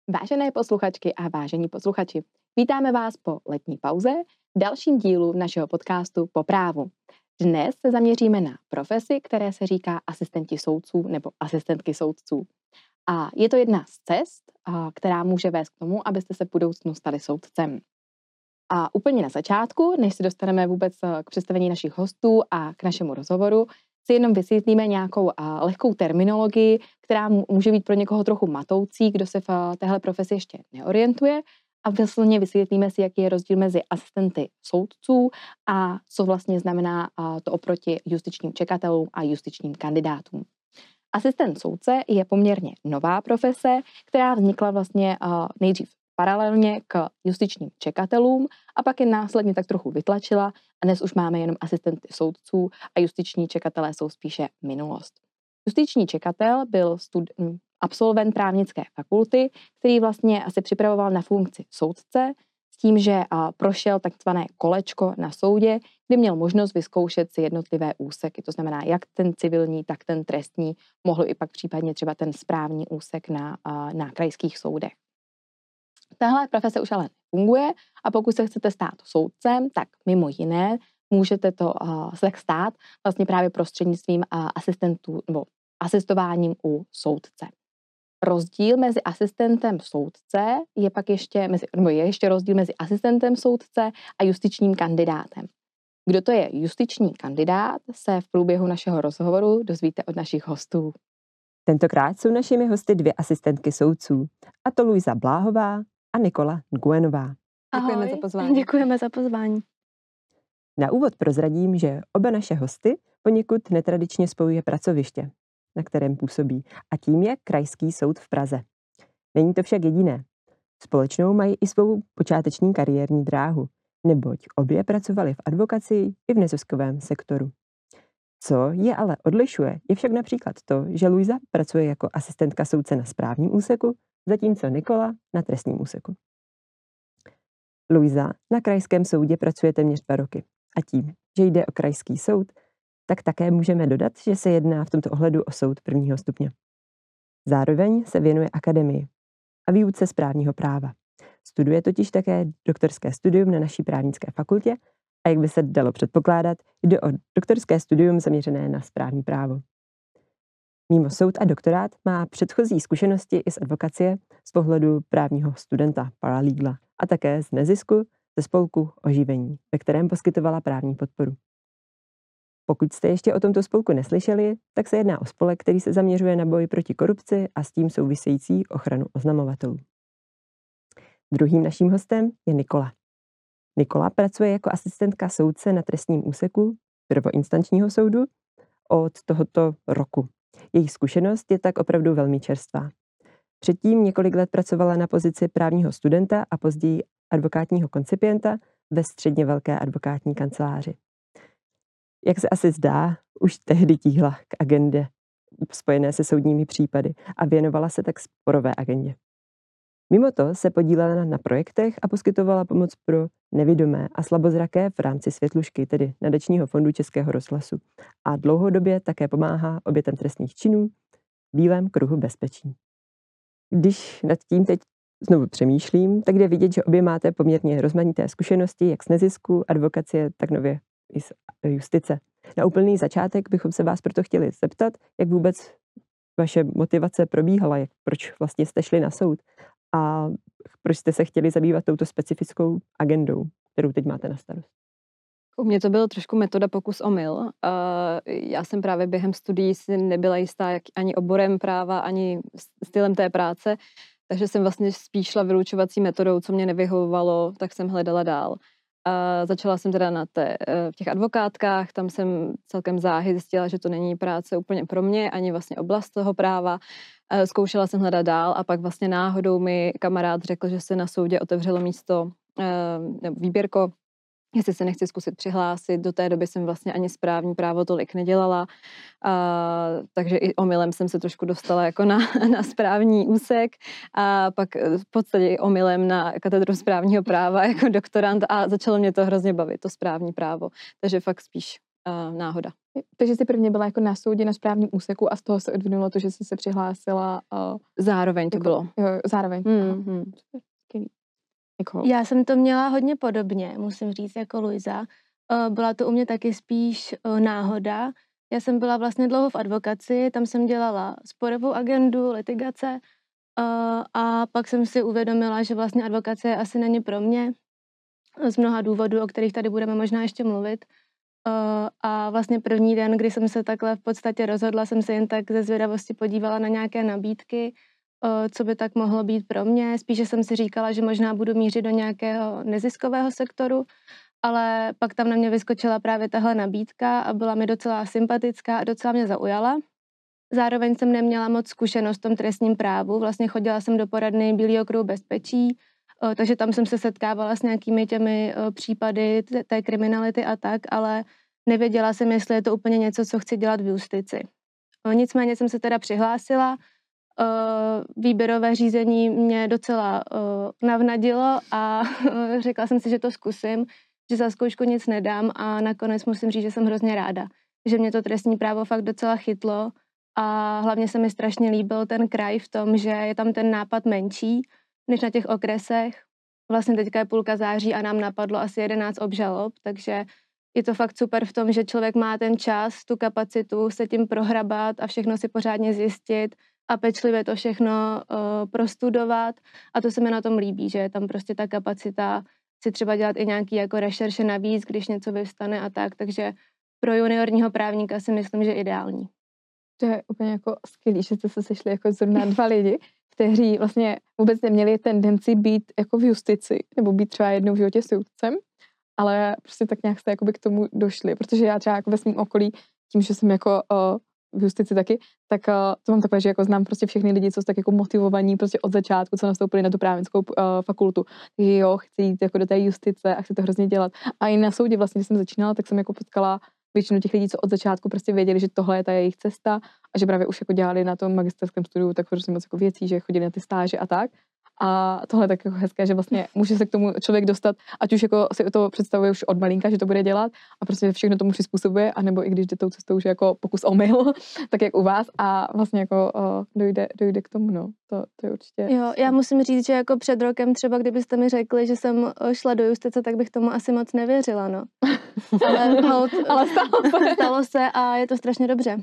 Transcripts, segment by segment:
Vážené posluchačky a vážení posluchači, vítáme vás po letní pauze v dalším dílu našeho podcastu Po právu. Dnes se zaměříme na profesi, které se říká asistenti soudců nebo asistentky soudců. A je to jedna z cest, která může vést k tomu, abyste se v budoucnu stali soudcem. A úplně na začátku, než se dostaneme vůbec k představení našich hostů a k našemu rozhovoru, si jenom vysvětlíme nějakou lehkou terminologii, která může být pro někoho trochu matoucí, kdo se v téhle profesi ještě neorientuje, a vlastně vysvětlíme si, jaký je rozdíl mezi asistenty soudců a co vlastně znamená to oproti justičním čekatelům a justičním kandidátům. Asistent soudce je poměrně nová profese, která vznikla vlastně nejdřív paralelně k justičním čekatelům a pak je následně tak trochu vytlačila a dnes už máme jenom asistenty soudců a justiční čekatelé jsou spíše minulost. Justiční čekatel byl absolvent právnické fakulty, který vlastně se připravoval na funkci soudce s tím, že prošel takzvané kolečko na soudě, kdy měl možnost vyzkoušet si jednotlivé úseky, to znamená jak ten civilní, tak ten trestní, mohl i pak případně třeba ten správní úsek na krajských soudech. Tahle profese už ale funguje a pokud se chcete stát soudcem, tak mimo jiné můžete to se stát vlastně právě prostřednictvím asistentů nebo asistováním u soudce. Rozdíl mezi asistentem soudce je ještě rozdíl mezi asistentem soudce a justičním kandidátem. Kdo to je justiční kandidát, se v průběhu našeho rozhovoru dozvíte od našich hostů. Tentokrát jsou našimi hosty dvě asistentky soudců, a to Luisa Bláhová a Nikola Nguyenová. Děkujeme za pozvání. Děkujeme za pozvání. Na úvod prozradím, že oba naše hosty poněkud netradičně spojuje pracoviště, na kterém působí, a tím je Krajský soud v Praze. Není to však jediné. Společnou mají i svou počáteční kariérní dráhu, neboť obě pracovali v advokacii i v neziskovém sektoru. Co je ale odlišuje, je však například to, že Luisa pracuje jako asistentka soudce na správním úseku, zatímco Nikola na trestním úseku. Luisa na krajském soudě pracuje téměř 2 roky a tím, že jde o krajský soud, tak také můžeme dodat, že se jedná v tomto ohledu o soud 1. stupně. Zároveň se věnuje akademii a výuce správního práva. Studuje totiž také doktorské studium na naší právnické fakultě a jak by se dalo předpokládat, jde o doktorské studium zaměřené na správní právo. Mimo soud a doktorát má předchozí zkušenosti i z advokacie z pohledu právního studenta paralegala a také z nezisku ze spolku Oživení, ve kterém poskytovala právní podporu. Pokud jste ještě o tomto spolku neslyšeli, tak se jedná o spolek, který se zaměřuje na boj proti korupci a s tím související ochranu oznamovatelů. Druhým naším hostem je Nikola. Nikola pracuje jako asistentka soudce na trestním úseku prvoinstančního soudu od tohoto roku. Jejich zkušenost je tak opravdu velmi čerstvá. Předtím několik let pracovala na pozici právního studenta a později advokátního koncipienta ve středně velké advokátní kanceláři. Jak se asi zdá, už tehdy tíhla k agendě spojené se soudními případy a věnovala se tak sporové agendě. Mimo to se podílela na projektech a poskytovala pomoc pro nevidomé a slabozraké v rámci Světlušky, tedy Nadačního fondu Českého rozhlasu, a dlouhodobě také pomáhá obětem trestných činů v Bílém kruhu bezpečí. Když nad tím teď znovu přemýšlím, tak jde vidět, že obě máte poměrně rozmanité zkušenosti, jak z nezisku, advokacie, tak nově i z justice. Na úplný začátek bychom se vás proto chtěli zeptat, jak vůbec vaše motivace probíhala, proč vlastně jste šli na soud a proč jste se chtěli zabývat touto specifickou agendou, kterou teď máte na starost. U mě to byl trošku metoda pokus omyl. Já jsem právě během studií si nebyla jistá ani oborem práva, ani stylem té práce, takže jsem vlastně spíš šla vylučovací metodou, co mě nevyhovovalo, tak jsem hledala dál. Začala jsem teda v těch advokátkách, tam jsem celkem záhy zjistila, že to není práce úplně pro mě, ani vlastně oblast toho práva. Zkoušela jsem hledat dál a pak vlastně náhodou mi kamarád řekl, že se na soudě otevřelo místo nebo výběrko, jestli se nechci zkusit přihlásit. Do té doby jsem vlastně ani správní právo tolik nedělala, takže i omylem jsem se trošku dostala jako na správní úsek a pak v podstatě i omylem na katedru správního práva jako doktorant a začalo mě to hrozně bavit, to správní právo. Takže fakt spíš náhoda. Takže jsi prvně byla jako na soudě na správním úseku a z toho se odvinulo to, že jsi se přihlásila. Zároveň to jako, bylo. Jo, zároveň. Jako... Já jsem to měla hodně podobně, musím říct, jako Luisa. Byla to u mě taky spíš náhoda. Já jsem byla vlastně dlouho v advokaci, tam jsem dělala sporovou agendu, litigace a pak jsem si uvědomila, že vlastně advokace asi není pro mě z mnoha důvodů, o kterých tady budeme možná ještě mluvit. A vlastně první den, kdy jsem se takhle v podstatě rozhodla, jsem se jen tak ze zvědavosti podívala na nějaké nabídky, co by tak mohlo být pro mě. Spíše jsem si říkala, že možná budu mířit do nějakého neziskového sektoru, ale pak tam na mě vyskočila právě tahle nabídka a byla mi docela sympatická a docela mě zaujala. Zároveň jsem neměla moc zkušenost v tom trestním právu, vlastně chodila jsem do poradny Bílý okruh bezpečí, takže tam jsem se setkávala s nějakými těmi případy té kriminality a tak, ale nevěděla jsem, jestli je to úplně něco, co chci dělat v justici. Nicméně jsem se teda přihlásila, výběrové řízení mě docela navnadilo a řekla jsem si, že to zkusím, že za zkoušku nic nedám a nakonec musím říct, že jsem hrozně ráda, že mě to trestní právo fakt docela chytlo a hlavně se mi strašně líbil ten kraj v tom, že je tam ten nápad menší než na těch okresech. Vlastně teďka je půlka září a nám napadlo asi 11 obžalob, takže je to fakt super v tom, že člověk má ten čas, tu kapacitu se tím prohrabat a všechno si pořádně zjistit a pečlivě to všechno prostudovat a to se mi na tom líbí, že je tam prostě ta kapacita si třeba dělat i nějaký jako rešerše navíc, když něco vyvstane a tak, takže pro juniorního právníka si myslím, že ideální. To je úplně jako skvělý, že jste se sešli jako zrovna dva lidi, kteří vlastně vůbec neměli tendenci být jako v justici, nebo být třeba jednou v životě soudcem, ale prostě tak nějak jste jakoby k tomu došli, protože já třeba jako ve svém okolí, tím, že jsem jako v justici taky, tak to mám takové, že jako znám prostě všechny lidi, co jsou tak jako motivovaní prostě od začátku, co nastoupili na tu právnickou fakultu. Takže jo, chci jít jako do té justice a chci to hrozně dělat. A i na soudě vlastně, když jsem začínala, tak jsem jako potkala většinu těch lidí, co od začátku prostě věděli, že tohle je ta jejich cesta a že právě už jako dělali na tom magisterském studiu tak hrozně moc jako věcí, že chodili na ty stáže a tak. A tohle je tak jako hezké, že vlastně může se k tomu člověk dostat, ať už jako si to představuje už od malinka, že to bude dělat a prostě všechno tomu přizpůsobuje, anebo i když jde tou cestou, že jako pokus omyl, tak jak u vás a vlastně jako dojde k tomu, no. To je určitě... Jo, já musím říct, že jako před rokem třeba, kdybyste mi řekli, že jsem šla do justice, tak bych tomu asi moc nevěřila, no. Ale stalo se a je to strašně dobře.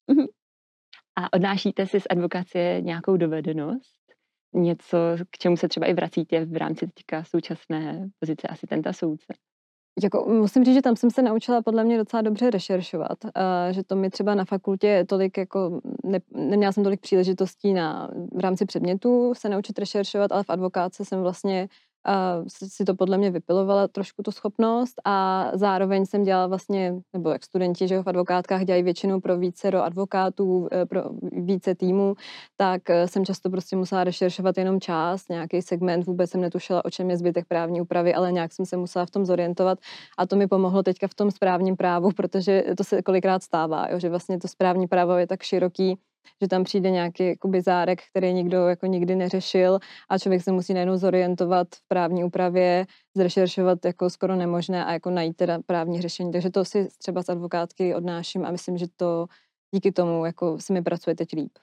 A odnášíte si z advokacie nějakou dovednost? Něco, k čemu se třeba i vracíte v rámci teďka současné pozice asistenta soudce? Jako, musím říct, že tam jsem se naučila podle mě docela dobře rešeršovat, že to mi třeba na fakultě tolik jako, neměla jsem tolik příležitostí v rámci předmětů se naučit rešeršovat, ale v advokáce jsem vlastně si to podle mě vypilovala trošku tu schopnost a zároveň jsem dělala vlastně, nebo jak studenti, že v advokátkách dělají většinou pro více do advokátů, pro více týmů, tak jsem často prostě musela rešeršovat jenom část, nějaký segment, vůbec jsem netušila, o čem je zbytek právní úpravy, ale nějak jsem se musela v tom zorientovat a to mi pomohlo teďka v tom správním právu, protože to se kolikrát stává, jo, že vlastně to správní právo je tak široký, že tam přijde nějaký jakoby zárek, který nikdo jako nikdy neřešil a člověk se musí najednou zorientovat v právní úpravě, zrešeršovat jako skoro nemožné a jako najít teda právní řešení. Takže to si třeba z advokátky odnáším a myslím, že to díky tomu jako se mi pracuje teď líp.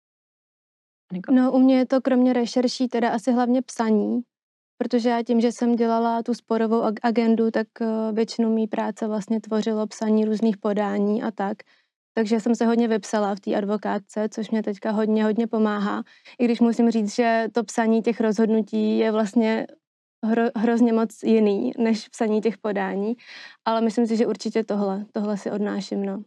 No u mě je to kromě rešerší teda asi hlavně psaní, protože já tím, že jsem dělala tu sporovou agendu, tak většinu mý práce vlastně tvořilo psaní různých podání a tak. Takže jsem se hodně vypsala v té advokátce, což mě teďka hodně pomáhá. I když musím říct, že to psaní těch rozhodnutí je vlastně hrozně moc jiný, než psaní těch podání. Ale myslím si, že určitě tohle si odnáším, no.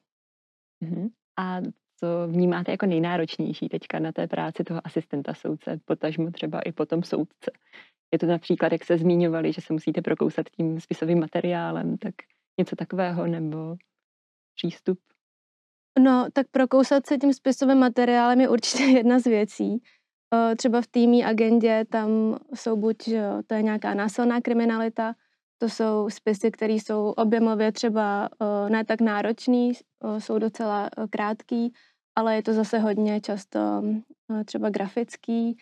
A co vnímáte jako nejnáročnější teďka na té práci toho asistenta soudce, potažmo třeba i potom soudce? Je to například, jak se zmiňovali, že se musíte prokousat tím spisovým materiálem, tak něco takového, nebo přístup? No, tak prokousat se tím spisovým materiálem je určitě jedna z věcí. Třeba v týmí agendě tam jsou buď, že to je nějaká násilná kriminalita, to jsou spisy, které jsou objemově třeba ne tak náročný, jsou docela krátký, ale je to zase hodně často třeba grafický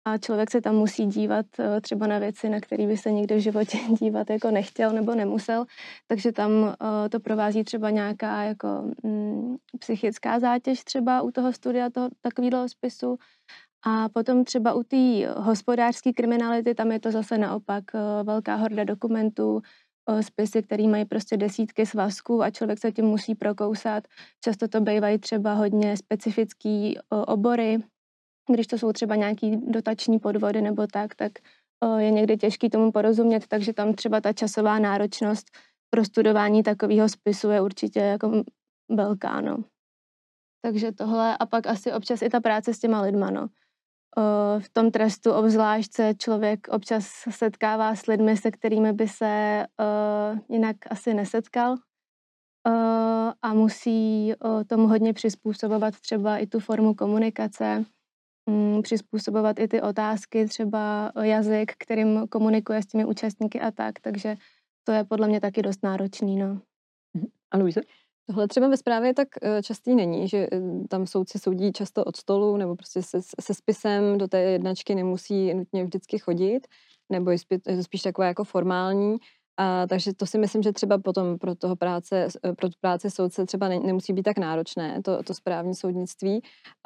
a člověk se tam musí dívat třeba na věci, na které by se nikdy v životě dívat jako nechtěl nebo nemusel, takže tam to provází třeba nějaká jako psychická zátěž třeba u toho studia takového spisu. A potom třeba u té hospodářské kriminality, tam je to zase naopak velká horda dokumentů, spisy, které mají prostě desítky svazků a člověk se tím musí prokousat. Často to bývají třeba hodně specifický obory, když to jsou třeba nějaký dotační podvody nebo tak je někdy těžký tomu porozumět, takže tam třeba ta časová náročnost pro studování takového spisu je určitě jako velká, no. Takže tohle a pak asi občas i ta práce s těma lidma, no. V tom trestu obzvlášť se člověk občas setkává s lidmi, se kterými by se jinak asi nesetkal a musí tomu hodně přizpůsobovat třeba i tu formu komunikace, přizpůsobovat i ty otázky, třeba jazyk, kterým komunikuje s těmi účastníky a tak, takže to je podle mě taky dost náročný, no. A Luizo? Tohle třeba ve správě tak častý není, že tam soudci soudí často od stolu nebo prostě se spisem do té jednačky nemusí nutně vždycky chodit, nebo je spíš takové jako formální. Takže to si myslím, že třeba potom pro tu práci soudce třeba nemusí být tak náročné, to správní soudnictví.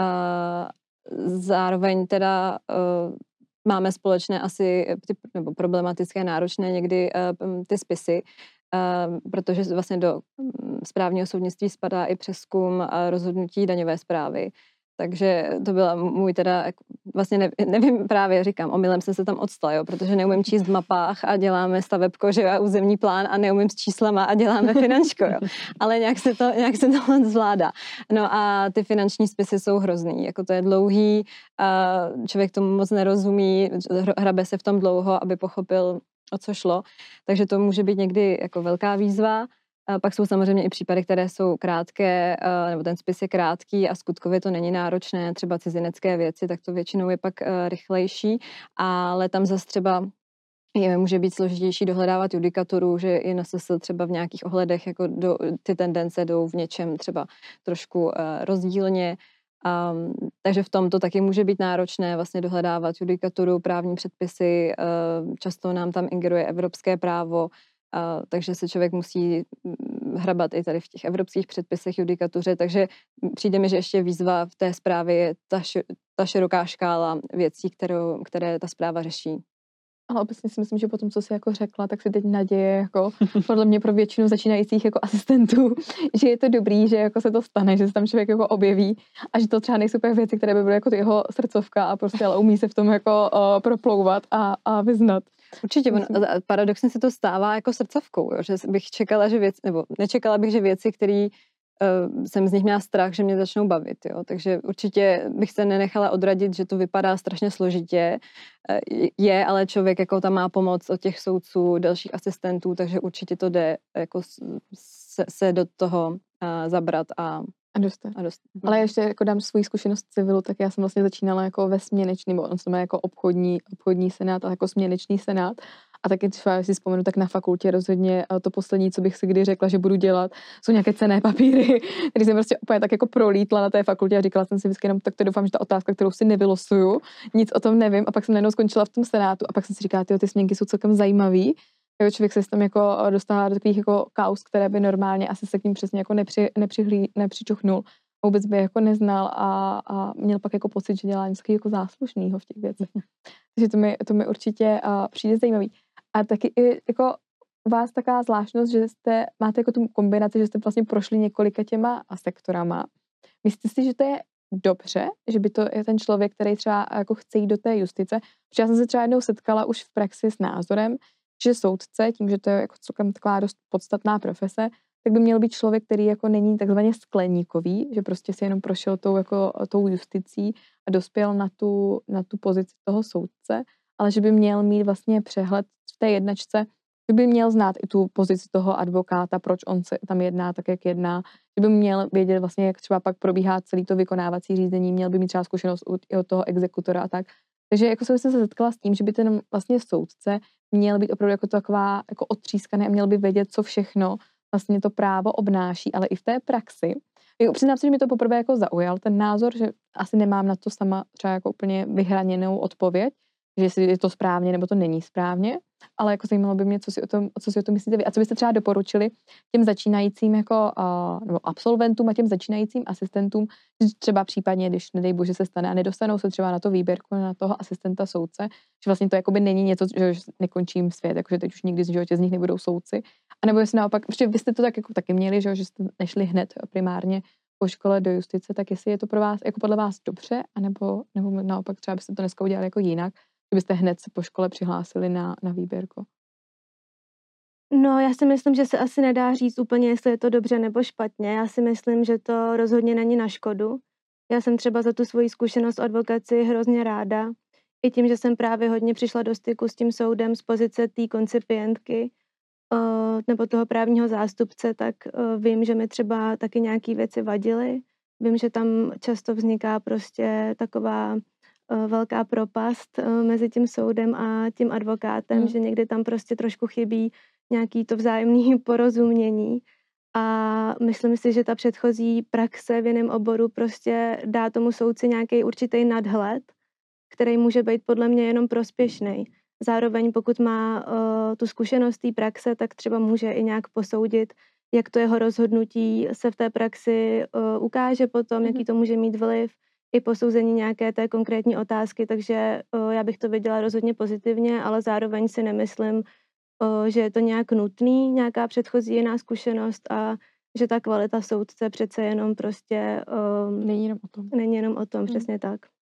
Zároveň teda máme společné asi nebo problematické, náročné někdy ty spisy, protože vlastně do správního soudnictví spadá i přezkum rozhodnutí daňové správy. Takže to byla můj teda, vlastně nevím, právě říkám, omylem jsem se tam odstala, jo, protože neumím číst v mapách a děláme stavebko, že a územní plán a neumím s číslama a děláme finančko, jo. Ale nějak se to zvládá. No a ty finanční spisy jsou hrozný, jako to je dlouhý, člověk tomu moc nerozumí, hrabe se v tom dlouho, aby pochopil, o co šlo. Takže to může být někdy jako velká výzva. Pak jsou samozřejmě i případy, které jsou krátké, nebo ten spis je krátký a skutkově to není náročné, třeba cizinecké věci, tak to většinou je pak rychlejší, ale tam zase třeba může být složitější dohledávat judikaturu, že i na SSL třeba v nějakých ohledech jako ty tendence jdou v něčem třeba trošku rozdílně. Takže v tom to taky může být náročné vlastně dohledávat judikaturu, právní předpisy, často nám tam ingeruje evropské právo, takže se člověk musí hrabat i tady v těch evropských předpisech, judikatuře, takže přijde mi, že ještě výzva v té zprávě je ta široká škála věcí, které ta zpráva řeší. Ale obecně si myslím, že potom, co jsi jako řekla, tak si teď naděje jako podle mě pro většinu začínajících jako asistentů, že je to dobrý, že jako se to stane, že se tam člověk jako objeví a že to třeba nejsou úplně věci, které by byly jako jeho srdcovka a prostě ale umí se v tom jako proplouvat a vyznat. Určitě, paradoxně se to stává jako srdcovkou, jo? Že bych čekala, že nečekala bych, že věci, které jsem z nich měla strach, že mě začnou bavit, jo? Takže určitě bych se nenechala odradit, že to vypadá strašně složitě, ale člověk jako tam má pomoc od těch soudců, dalších asistentů, takže určitě to jde jako se do toho zabrat a dostat. Ale ještě jako dám svoji zkušenost z civilu, tak já jsem vlastně začínala jako ve směnečný, on se má jako obchodní senát a jako směnečný senát. A taky třeba, si vzpomenu, tak na fakultě rozhodně to poslední, co bych si kdy řekla, že budu dělat, jsou nějaké cenné papíry, které jsem prostě úplně tak jako prolítla na té fakultě a říkala jsem si vždycky jenom, tak to doufám, že ta otázka, kterou si nevylosuju, nic o tom nevím. A pak jsem najednou skončila v tom senátu a pak jsem si říkala, ty směnky jsou celkem zajímavý. Člověk se tam jako dostává do takových jako kauz, které by normálně asi se k ním přesně jako nepřičuchnul. Vůbec by jako neznal a měl pak jako pocit, že dělá něco jako záslušnýho v těch věcech. Takže to mi určitě přijde zajímavý. A taky i jako u vás taková zvláštnost, že máte jako tu kombinaci, že jste vlastně prošli několika těma sektorama. Myslíte si, že to je dobře, že by to je ten člověk, který třeba jako chce jít do té justice? Protože já jsem se třeba jednou setkala už v praxi s názorem, že soudce, tím, že to je jako celkem taková dost podstatná profese, tak by měl být člověk, který jako není takzvaně skleníkový, že prostě si jenom prošel tou justicí a dospěl na tu pozici toho soudce, ale že by měl mít vlastně přehled v té jednačce, že by měl znát i tu pozici toho advokáta, proč on se tam jedná tak, jak jedná, že by měl vědět vlastně, jak třeba pak probíhá celý to vykonávací řízení, měl by mít třeba zkušenost i od toho exekutora a tak. Takže jako jsem se setkala s tím, že by ten vlastně soudce měl být opravdu jako taková jako odtřískaný a měl by vědět, co všechno vlastně to právo obnáší, ale i v té praxi Přiznám se, že mi to poprvé jako zaujal ten názor, že asi nemám na to sama třeba jako úplně vyhraněnou odpověď, že jestli je to správně nebo to není správně, ale jako zajímalo by mě, co si o tom myslíte vy a co byste třeba doporučili těm začínajícím jako, nebo absolventům a těm začínajícím asistentům, třeba případně, když nedej bože se stane a nedostanou se třeba na to výběrku na toho asistenta soudce, že vlastně to jakoby není něco, že nekončím svět, jakože teď už nikdy v životě z nich nebudou soudci, anebo jestli naopak, protože vy jste to tak jako taky měli, že jste nešli hned primárně po škole do justice, tak jestli je to pro vás, jako podle vás dobře, anebo naopak třeba byste to dneska udělali jako jinak, že byste hned se po škole přihlásili na výběrku. No, já si myslím, že se asi nedá říct úplně, jestli je to dobře nebo špatně. Já si myslím, že to rozhodně není na škodu. Já jsem třeba za tu svoji zkušenost advokaci hrozně ráda. I tím, že jsem právě hodně přišla do styku s tím soudem z pozice té koncipientky nebo toho právního zástupce, tak vím, že mi třeba taky nějaké věci vadily. Vím, že tam často vzniká prostě taková velká propast mezi tím soudem a tím advokátem, že někdy tam prostě trošku chybí nějaký to vzájemné porozumění. A myslím si, že ta předchozí praxe v jiném oboru prostě dá tomu soudci nějaký určitý nadhled, který může být podle mě jenom prospěšný. Zároveň pokud má tu zkušenost té praxe, tak třeba může i nějak posoudit, jak to jeho rozhodnutí se v té praxi ukáže potom, jaký to může mít vliv, i posouzení nějaké té konkrétní otázky, takže já bych to viděla rozhodně pozitivně, ale zároveň si nemyslím, že je to nějak nutný, nějaká předchozí jiná zkušenost a že ta kvalita soudce přece jenom prostě není jenom o tom. Není jenom o tom, přesně tak.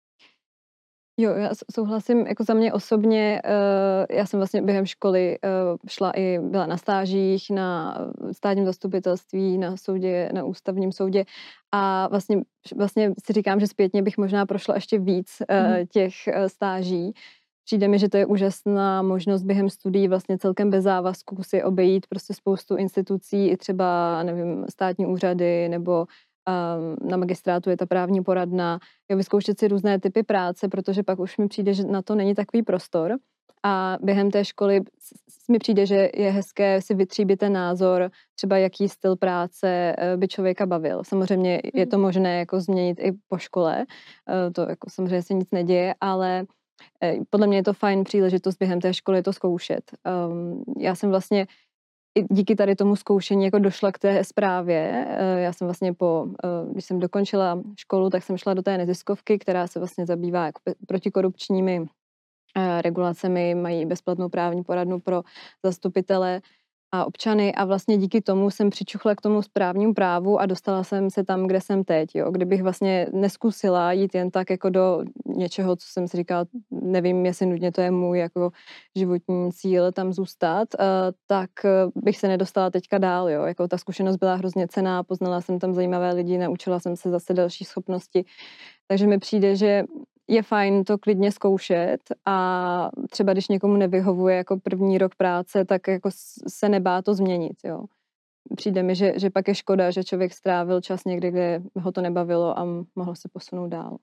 Jo, já souhlasím, jako za mě osobně, já jsem vlastně během školy byla na stážích, na státním zastupitelství, na soudě, na ústavním soudě a vlastně si říkám, že zpětně bych možná prošla ještě víc těch stáží. Přijde mi, že to je úžasná možnost během studií vlastně celkem bez závazku si obejít prostě spoustu institucí, i třeba, nevím, státní úřady nebo na magistrátu je ta právní poradna, vyzkoušet si různé typy práce, protože pak už mi přijde, že na to není takový prostor a během té školy mi přijde, že je hezké si vytříbit ten názor, třeba jaký styl práce by člověka bavil. Samozřejmě je to možné jako změnit i po škole, to jako samozřejmě se nic neděje, ale podle mě je to fajn příležitost během té školy to zkoušet. Já jsem vlastně i díky tady tomu zkoušení jako došla k té zprávě. Já jsem vlastně když jsem dokončila školu, tak jsem šla do té neziskovky, která se vlastně zabývá jako protikorupčními regulacemi, mají bezplatnou právní poradnu pro zastupitele a občany a vlastně díky tomu jsem přičuchla k tomu správnímu právu a dostala jsem se tam, kde jsem teď. Jo. Kdybych vlastně neskusila jít jen tak jako do něčeho, co jsem si říkala, nevím, jestli nutně to je můj jako životní cíl tam zůstat, tak bych se nedostala teďka dál. Jo. Jako ta zkušenost byla hrozně cenná, poznala jsem tam zajímavé lidi, naučila jsem se zase další schopnosti. Takže mi přijde, že je fajn to klidně zkoušet a třeba když někomu nevyhovuje jako první rok práce, tak jako se nebá to změnit, jo. Přijde mi, že pak je škoda, že člověk strávil čas někde, kde ho to nebavilo a mohl se posunout dál.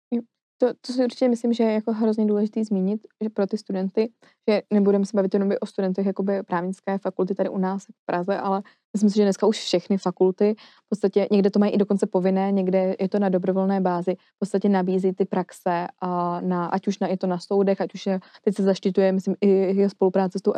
To si určitě myslím, že je jako hrozně důležitý zmínit, že pro ty studenty, že nebudeme se bavit jenom o studentech jakoby právnické fakulty tady u nás v Praze, ale myslím si, že dneska už všechny fakulty, v podstatě někde to mají i dokonce povinné, někde je to na dobrovolné bázi, v podstatě nabízí ty praxe a ať už je to na soudech, ať už teď se zaštiťuje, myslím, i spolupráce s tou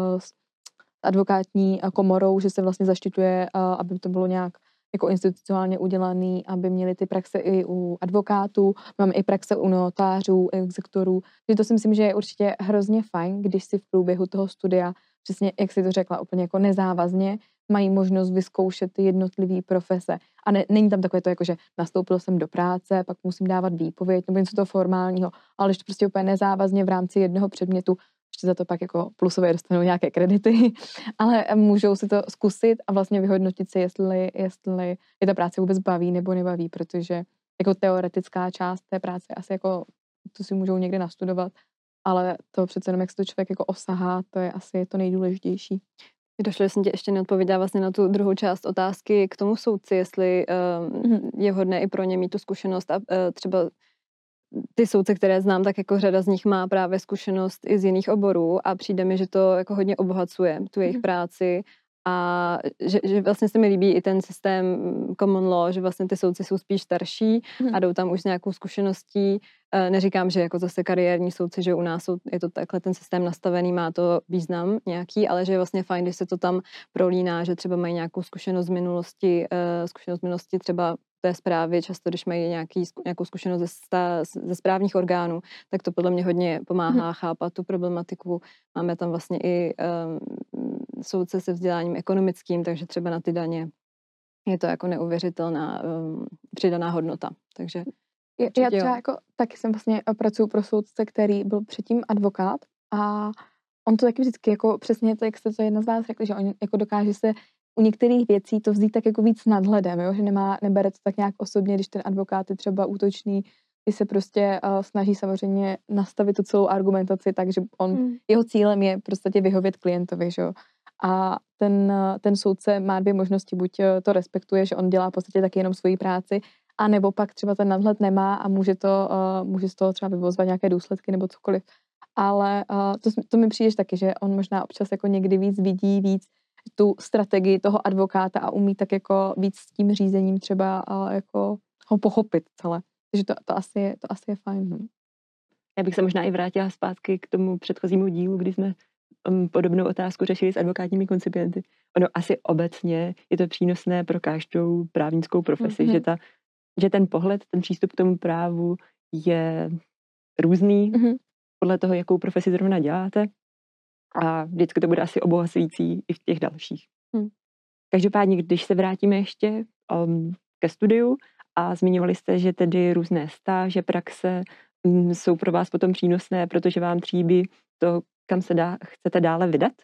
advokátní komorou, že se vlastně zaštiťuje, aby to bylo nějak jako institucionálně udělaný, aby měli ty praxe i u advokátů, máme i praxe u notářů, exekutorů. Takže to si myslím, že je určitě hrozně fajn, když si v průběhu toho studia, přesně jak jsi to řekla, úplně jako nezávazně, mají možnost vyzkoušet ty jednotlivé profese. A není tam takové to, jako že nastoupil jsem do práce, pak musím dávat výpověď nebo něco toho formálního, ale když to prostě úplně nezávazně v rámci jednoho předmětu, ještě za to pak jako plusové dostanou nějaké kredity, ale můžou si to zkusit a vlastně vyhodnotit si, jestli je ta práce vůbec baví nebo nebaví, protože jako teoretická část té práce asi jako to si můžou někde nastudovat, ale to přece jenom, jak se to člověk jako osahá, to je asi to nejdůležitější. Došlo, že jsem tě ještě neodpověděla vlastně na tu druhou část otázky k tomu soudci, jestli je vhodné i pro ně mít tu zkušenost a třeba ty soudce, které znám, tak jako řada z nich má právě zkušenost i z jiných oborů a přijde mi, že to jako hodně obohacuje tu jejich práci A že vlastně se mi líbí i ten systém common law, že vlastně ty soudci jsou spíš starší a jdou tam už s nějakou zkušeností. Neříkám, že jako zase kariérní soudci, že u nás je to takhle ten systém nastavený, má to význam nějaký, ale že je vlastně fajn, když se to tam prolíná, že třeba mají nějakou zkušenost z minulosti třeba té správy, často když mají nějakou zkušenost ze správních orgánů, tak to podle mě hodně pomáhá chápat tu problematiku. Máme tam vlastně i soudce se vzděláním ekonomickým, takže třeba na ty daně je to jako neuvěřitelná přidaná hodnota. Takže já třeba jako taky jsem vlastně pracuji pro soudce, který byl předtím advokát a on to taky vždycky jako přesně to, jak jste to jedna z vás řekli, že on jako dokáže se u některých věcí to vzít tak jako víc nadhledem, jo? Že nebere to tak nějak osobně, když ten advokát je třeba útočný, když se prostě snaží samozřejmě nastavit tu celou argumentaci, takže jeho cílem je prostě vyhovět klientovi, že jo. A ten soudce má dvě možnosti, buď to respektuje, že on dělá v podstatě taky jenom svoji práci, a nebo pak třeba ten nadhled nemá a může z toho třeba vyvozovat nějaké důsledky nebo cokoliv. Ale to mi přijde taky, že on možná občas jako někdy vidí víc tu strategii toho advokáta a umí tak jako víc s tím řízením třeba jako ho pochopit celé. Takže to asi je fajn. No. Já bych se možná i vrátila zpátky k tomu předchozímu dílu, kdy jsme podobnou otázku řešili s advokátními koncipienty. Ono asi obecně je to přínosné pro každou právnickou profesi, že ten pohled, ten přístup k tomu právu je různý podle toho, jakou profesi zrovna děláte. A vždycky to bude asi obohacující i v těch dalších. Každopádně, když se vrátíme ještě ke studiu a zmiňovali jste, že tedy různé stáže, praxe jsou pro vás potom přínosné, protože vám tříbí to, kam se chcete dále vydat.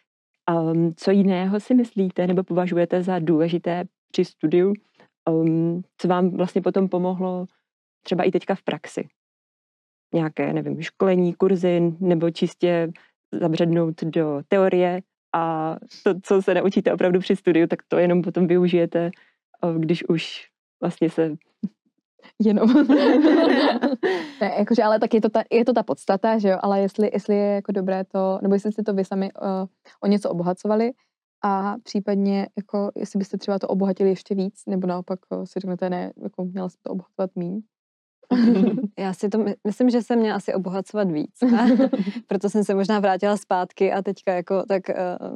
Co jiného si myslíte nebo považujete za důležité při studiu, co vám vlastně potom pomohlo třeba i teďka v praxi? Nějaké, nevím, školení, kurzy nebo čistě zabřednout do teorie a to, co se naučíte opravdu při studiu, tak to jenom potom využijete, když už vlastně se jenom. Ne, jakože, ale tak je to ta podstata, že jo, ale jestli je jako dobré to, nebo jestli jste to vy sami o něco obohacovali a případně jako, jestli byste třeba to obohatili ještě víc, nebo naopak si řeknete, ne, jako měla jsem to obohacovat míň. Já si to myslím, že jsem měla asi obohacovat víc. Proto jsem se možná vrátila zpátky a teďka jako tak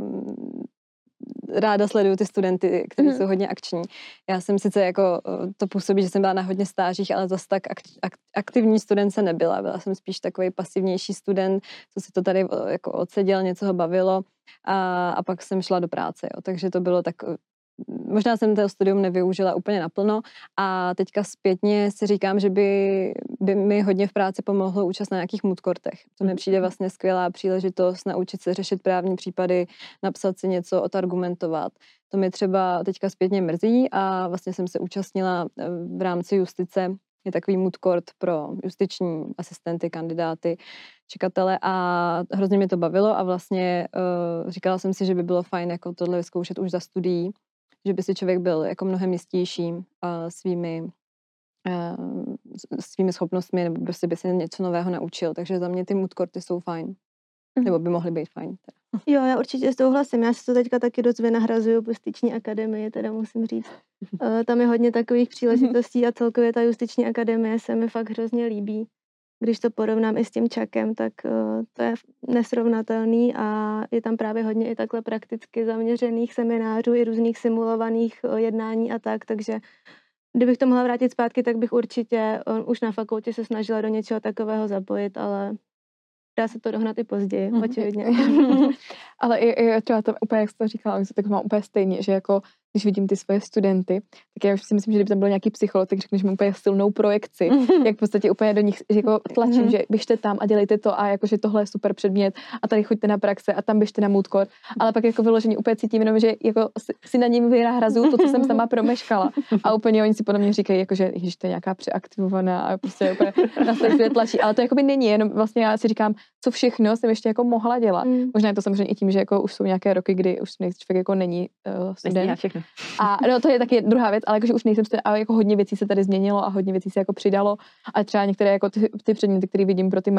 ráda sleduju ty studenty, kteří jsou hodně akční. Já jsem sice jako, to působí, že jsem byla na hodně stážích, ale zase tak aktivní student se nebyla. Byla jsem spíš takový pasivnější student, co si to tady jako odseděl, něco ho bavilo a pak jsem šla do práce. Jo. Takže to bylo tak. Možná jsem to studium nevyužila úplně naplno a teďka zpětně si říkám, že by mi hodně v práci pomohlo účast na nějakých moodcourtech. To mi přijde vlastně skvělá příležitost naučit se řešit právní případy, napsat si něco, odargumentovat. To mi třeba teďka zpětně mrzí a vlastně jsem se účastnila v rámci justice. Je takový moodcourt pro justiční asistenty, kandidáty, čekatele a hrozně mě to bavilo a vlastně říkala jsem si, že by bylo fajn jako tohle vyzkoušet už za studií, že by si člověk byl jako mnohem jistější svými schopnostmi nebo prostě by se něco nového naučil. Takže za mě ty moodcourty jsou fajn. Nebo by mohly být fajn. Jo, já určitě souhlasím. Já si to teďka taky dost vynahrazuju po justiční akademii, teda musím říct. Tam je hodně takových příležitostí a celkově ta justiční akademie se mi fakt hrozně líbí. Když to porovnám i s tím čakem, tak to je nesrovnatelný a je tam právě hodně i takhle prakticky zaměřených seminářů i různých simulovaných jednání a tak, takže kdybych to mohla vrátit zpátky, tak bych určitě už na fakultě se snažila do něčeho takového zapojit, ale dá se to dohnat i později, očividně. Ale i třeba to úplně, jak jsi to říkala, tak mám úplně stejně, že jako když vidím ty svoje studenty, tak já už si myslím, že kdyby tam byl nějaký psycholog, tak řekneš, že mám úplně silnou projekci, jak v podstatě úplně do nich jako tlačím, že běžte tam a dělejte to a jakože tohle je super předmět a tady choďte na praxe a tam běžte na moodcourt, ale pak jako vyloženě úplně cítím jenom, že jako si na ním vynahrazuju to, co jsem sama promeškala a úplně oni si podle mě říkají, jakože to je nějaká přeaktivovaná a prostě úplně na sebe tlačí, ale to jakoby není, jenom vlastně já si říkám, co všechno jsem ještě jako mohla dělat. Možná je to samozřejmě i tím, že jako už jsou nějaké roky, kdy už člověk jako není student. A no, to je taky druhá věc, ale jakože už nejsem ale jako hodně věcí se tady změnilo a hodně věcí se jako přidalo. A třeba některé jako ty předměty, které vidím pro ty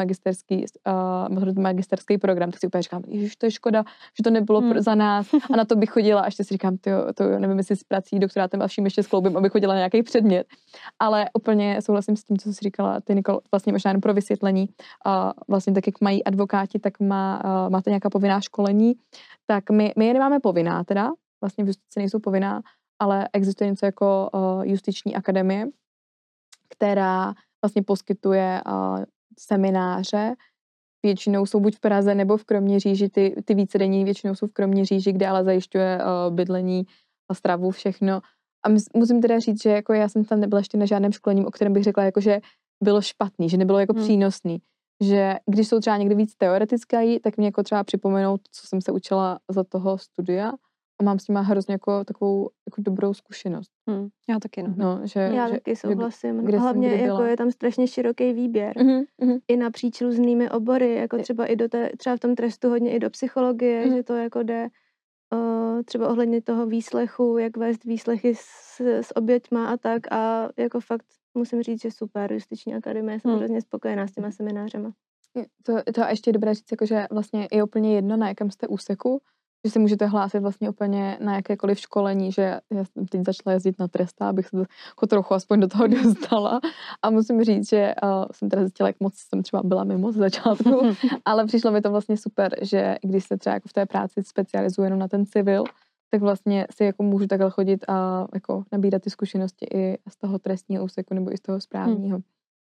magisterský program, tak si úplně říkám, ježiš, to je škoda, že to nebylo za nás. A na to bych chodila a ještě si říkám, to nevím, jestli s prací, doktorátem a vším ještě skloubím, abych chodila na nějaký předmět. Ale úplně souhlasím s tím, co jsi říkala, ty Nikol, vlastně možná jen pro vysvětlení. Vlastně tak, jak mají advokáti, tak máte nějaká povinná školení, tak my je nemáme povinná teda, vlastně v justici nejsou povinná, ale existuje něco jako justiční akademie, která vlastně poskytuje semináře. Většinou jsou buď v Praze nebo v Kroměříži, ty vícedenní většinou jsou v Kroměříži, kde ale zajišťuje bydlení a stravu, všechno. A musím teda říct, že jako já jsem tam nebyla ještě na žádném školením, o kterém bych řekla, jako, že bylo špatný, že nebylo jako přínosný. Že když jsou třeba někdy víc teoretické, tak mě jako třeba připomenou, co jsem se učila za toho studia a mám s tím hrozně jako takovou jako dobrou zkušenost. Já taky, no. Já taky souhlasím. Hlavně jako je tam strašně široký výběr. I napříč různými obory, jako třeba i třeba v tom trestu hodně i do psychologie, že to jako jde třeba ohledně toho výslechu, jak vést výslechy s oběťma a tak a jako fakt musím říct, že super, justiční akademie, jsem hrozně spokojená s těma seminářema. To a ještě je dobré říct, jako, že vlastně je úplně jedno, na jakém jste úseku, že si můžete hlásit vlastně úplně na jakékoliv školení, že já jsem teď začala jezdit na tresta, abych se jako trochu aspoň do toho dostala a musím říct, že jsem teda zjistila, jak moc jsem třeba byla mimo z začátku, ale přišlo mi to vlastně super, že když se třeba jako v té práci specializuje jenom na ten civil, tak vlastně si jako můžu takhle chodit a jako nabírat ty zkušenosti i z toho trestního úseku nebo i z toho správního.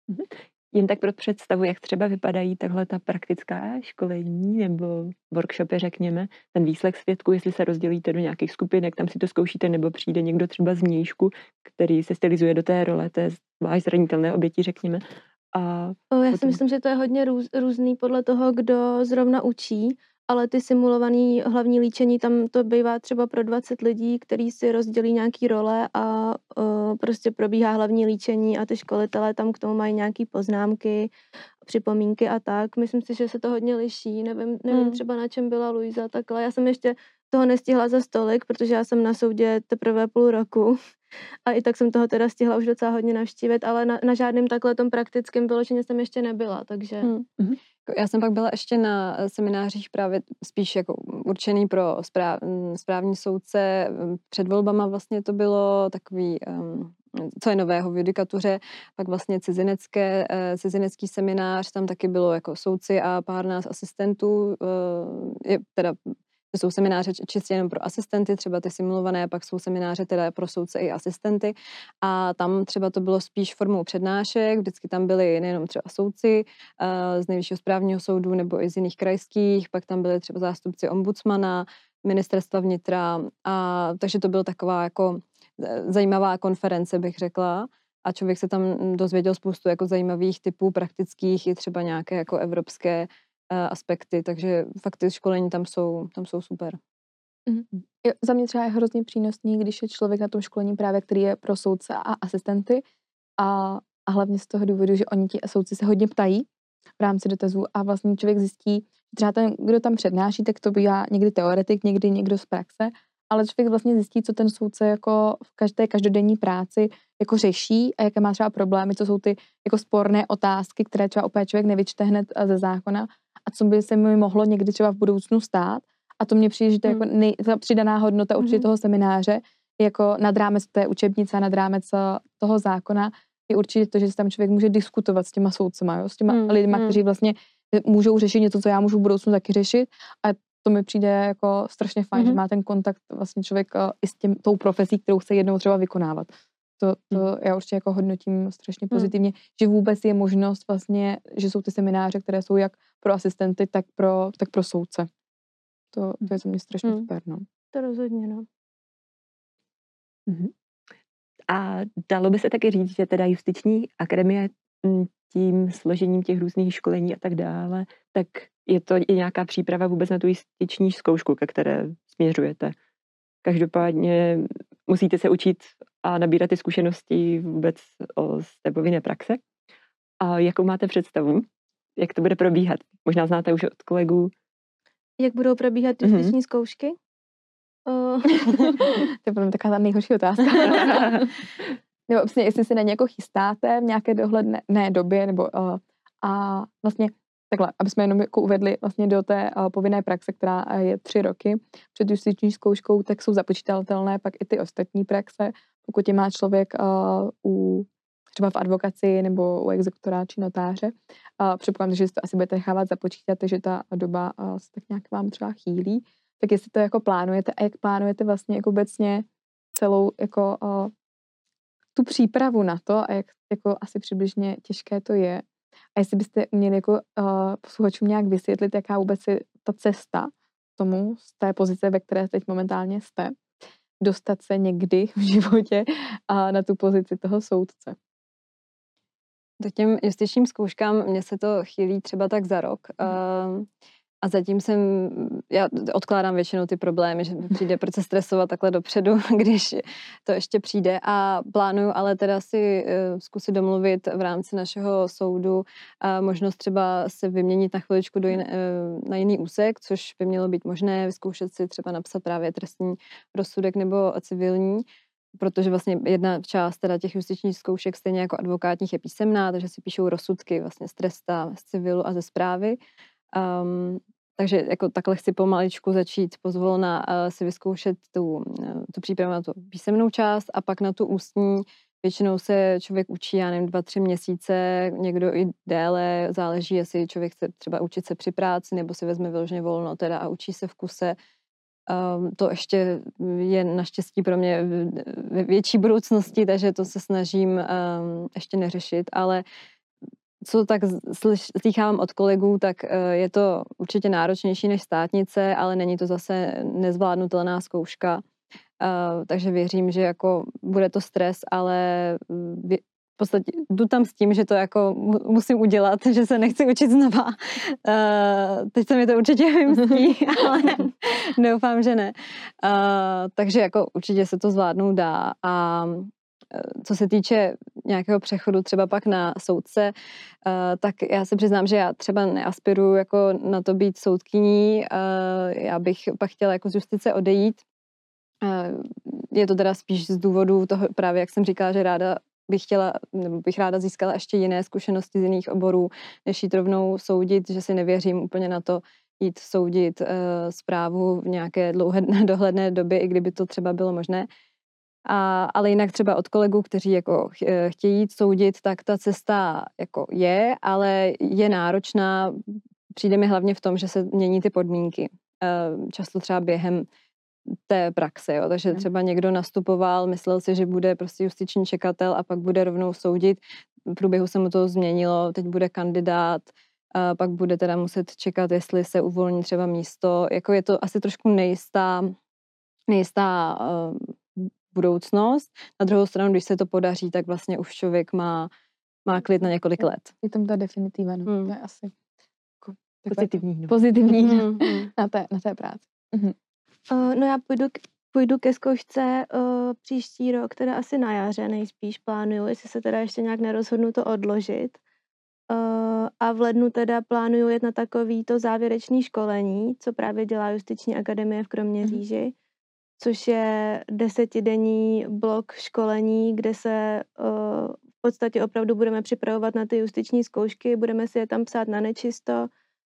Jen tak pro představu, jak třeba vypadají takhle ta praktická školení nebo workshopy, řekněme, ten výslech svědků, jestli se rozdělíte do nějakých skupin, jak tam si to zkoušíte, nebo přijde někdo třeba z vnějšku, který se stylizuje do té role, té zvlášť zranitelné oběti, řekněme. Já si myslím, že to je hodně různý podle toho, kdo zrovna učí, ale ty simulovaný hlavní líčení, tam to bývá třeba pro 20 lidí, kteří si rozdělí nějaký role a prostě probíhá hlavní líčení a ty školitelé tam k tomu mají nějaký poznámky, připomínky a tak. Myslím si, že se to hodně liší. Nevím třeba na čem byla Luisa takhle. Já jsem ještě toho nestihla za stolik, protože já jsem na soudě teprve půl roku. A i tak jsem toho teda stihla už docela hodně navštívit, ale na žádném takhle tom praktickém vyloženě jsem ještě nebyla, takže... Já jsem pak byla ještě na seminářích právě spíš jako určený pro správní soudce. Před volbama vlastně to bylo takový, co je nového v judikatuře, pak vlastně cizinecký seminář, tam taky bylo jako soudci a pár nás asistentů, jsou semináře čistě jenom pro asistenty, třeba ty simulované, pak jsou semináře teda pro soudce i asistenty a tam třeba to bylo spíš formou přednášek, vždycky tam byli nejenom třeba soudci z Nejvyššího správního soudu nebo i z jiných krajských, pak tam byli třeba zástupci ombudsmana, ministerstva vnitra a takže to byla taková jako zajímavá konference, bych řekla. A člověk se tam dozvěděl spoustu jako zajímavých typů praktických i třeba nějaké jako evropské aspekty, takže fakt ty školení tam jsou super. Za mě třeba je hrozně přínosný, když je člověk na tom školení právě, který je pro soudce a asistenty a hlavně z toho důvodu, že oni ti soudci se hodně ptají v rámci dotazů a vlastně člověk zjistí, třeba ten, kdo tam přednáší, tak to bývá někdy teoretik, někdy někdo z praxe, ale člověk vlastně zjistí, co ten soudce jako v každé každodenní práci jako řeší a jaké má třeba problémy, co jsou ty jako sporné otázky, které třeba opět člověk nevyčte hned ze zákona a co by se mi mohlo někdy třeba v budoucnu stát. A to mně přijde, že to je jako ta přidaná hodnota určitě toho semináře, jako nad rámec té učebnice a nad rámec toho zákona je určitě to, že se tam člověk může diskutovat s těma soudcema, jo? S těma lidma, kteří vlastně můžou řešit něco, co já můžu v budoucnu taky řešit a to mi přijde jako strašně fajn, že má ten kontakt vlastně člověk i s tou profesí, kterou chce jednou třeba vykonávat. To já určitě jako hodnotím strašně pozitivně, že vůbec je možnost vlastně, že jsou ty semináře, které jsou jak pro asistenty, tak pro soudce. To je za mě strašně super, no. To rozhodně, no. A dalo by se taky říct, že teda justiční akademie tím složením těch různých školení a tak dále, tak je to i nějaká příprava vůbec na tu justiční zkoušku, ke které směřujete. Každopádně musíte se učit a nabírat ty zkušenosti vůbec z té povinné praxe. A jakou máte představu? Jak to bude probíhat? Možná znáte už od kolegů. Jak budou probíhat justiční zkoušky? To je pro mě taková ta nejhorší otázka. Nebo vlastně, jestli se na ně jako chystáte v nějaké dohledné době, nebo a vlastně takhle, aby jsme jenom jako uvedli vlastně do té povinné praxe, která je 3 roky před justiční zkouškou, tak jsou započítatelné pak i ty ostatní praxe, pokud je má člověk třeba v advokaci nebo u exekutora či notáře. Předpokládám, že si to asi budete nechávat započítat, že ta doba se tak nějak vám třeba chýlí. Tak jestli to jako plánujete a jak plánujete vlastně jako obecně celou jako tu přípravu na to a jak jako asi přibližně těžké to je. A jestli byste měli jako posluchačům nějak vysvětlit, jaká vůbec je ta cesta tomu z té pozice, ve které teď momentálně jste, dostat se někdy v životě na tu pozici toho soudce. K těm justičním zkouškám mně se to chýlí třeba tak za rok. A zatím já odkládám většinou ty problémy, že přijde proč se stresovat takhle dopředu, když to ještě přijde. A plánuju ale teda si zkusit domluvit v rámci našeho soudu možnost třeba se vyměnit na chviličku na jiný úsek, což by mělo být možné, vyzkoušet si třeba napsat právě trestní rozsudek nebo civilní, protože vlastně jedna část teda těch justičních zkoušek stejně jako advokátních je písemná, takže si píšou rozsudky vlastně z tresta, z civilu a ze správy. Takže jako takhle chci pomaličku začít pozvolna si vyzkoušet tu přípravu na tu písemnou část a pak na tu ústní. Většinou se člověk učí, já nevím, 2-3 měsíce, někdo i déle, záleží, jestli člověk chce třeba učit se při práci nebo si vezme vyloženě volno teda a učí se v kuse. To ještě je naštěstí pro mě ve větší budoucnosti, takže to se snažím ještě neřešit, ale co tak slýchávám od kolegů, tak je to určitě náročnější než státnice, ale není to zase nezvládnutelná zkouška. Takže věřím, že jako bude to stres, ale v podstatě jdu tam s tím, že to jako musím udělat, že se nechci učit znova. Teď se mi to určitě vymstí, ale doufám, že ne. Takže jako určitě se to zvládnout dá. A co se týče nějakého přechodu třeba pak na soudce, tak já se přiznám, že já třeba neaspiruju jako na to být soudkyní, já bych pak chtěla jako z justice odejít. Je to teda spíš z důvodu toho, právě jak jsem říkala, že bych ráda získala ještě jiné zkušenosti z jiných oborů, než jít rovnou soudit, že si nevěřím úplně na to jít soudit správu v nějaké dohledné době, i kdyby to třeba bylo možné. Ale jinak třeba od kolegů, kteří jako chtějí jít soudit, tak ta cesta jako je, ale je náročná. Přijde mi hlavně v tom, že se mění ty podmínky. Často třeba během té praxe, jo. Takže třeba někdo nastupoval, myslel si, že bude prostě justiční čekatel a pak bude rovnou soudit. V průběhu se mu to změnilo, teď bude kandidát, pak bude teda muset čekat, jestli se uvolní třeba místo. Jako je to asi trošku nejistá budoucnost. Na druhou stranu, když se to podaří, tak vlastně už člověk má klid na několik let. Je tam ta definitiva, no. To je asi pozitivní. na té práci. No já půjdu ke zkoušce příští rok, teda asi na jaře nejspíš plánuju, jestli se teda ještě nějak nerozhodnu to odložit. A v lednu teda plánuju jet na takovýto závěrečný školení, co právě dělá Justiční akademie v Kroměříži, což je 10denní blok školení, kde se v podstatě opravdu budeme připravovat na ty justiční zkoušky, budeme si je tam psát na nečisto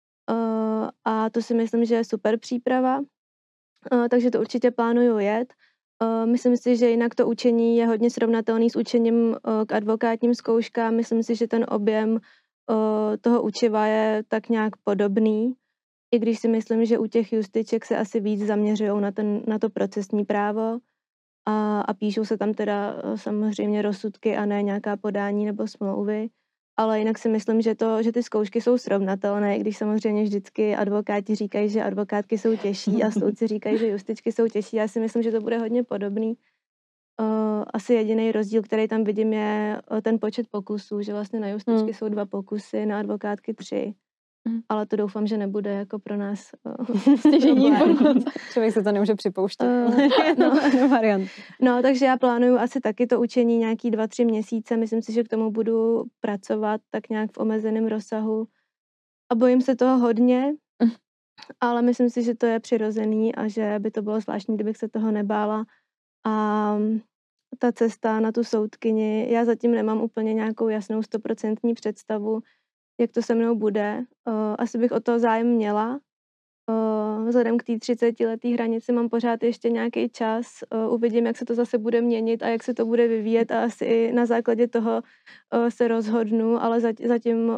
a to si myslím, že je super příprava. Takže to určitě plánuju jet. Myslím si, že jinak to učení je hodně srovnatelný s učením k advokátním zkouškám. Myslím si, že ten objem toho učiva je tak nějak podobný, i když si myslím, že u těch justiček se asi víc zaměřují na to procesní právo a píšou se tam teda samozřejmě rozsudky a ne nějaká podání nebo smlouvy. Ale jinak si myslím, že ty zkoušky jsou srovnatelné, i když samozřejmě vždycky advokáti říkají, že advokátky jsou těžší a soudci říkají, že justičky jsou těžší. Já si myslím, že to bude hodně podobný. Asi jediný rozdíl, který tam vidím, je ten počet pokusů, že vlastně na justičky jsou 2 pokusy, na advokátky 3. Ale to doufám, že nebude jako pro nás stěžení. Člověk se to nemůže připouštět. Variant. No, takže já plánuju asi taky to učení nějaký 2-3 měsíce. Myslím si, že k tomu budu pracovat tak nějak v omezeném rozsahu. A bojím se toho hodně. ale myslím si, že to je přirozený a že by to bylo zvláštní, kdybych se toho nebála. A ta cesta na tu soudkyni, já zatím nemám úplně nějakou jasnou 100% představu, jak to se mnou bude. Asi bych o to zájem měla. Vzhledem k té 30letý hranici mám pořád ještě nějaký čas. Uvidím, jak se to zase bude měnit a jak se to bude vyvíjet a asi i na základě toho se rozhodnu, ale zatím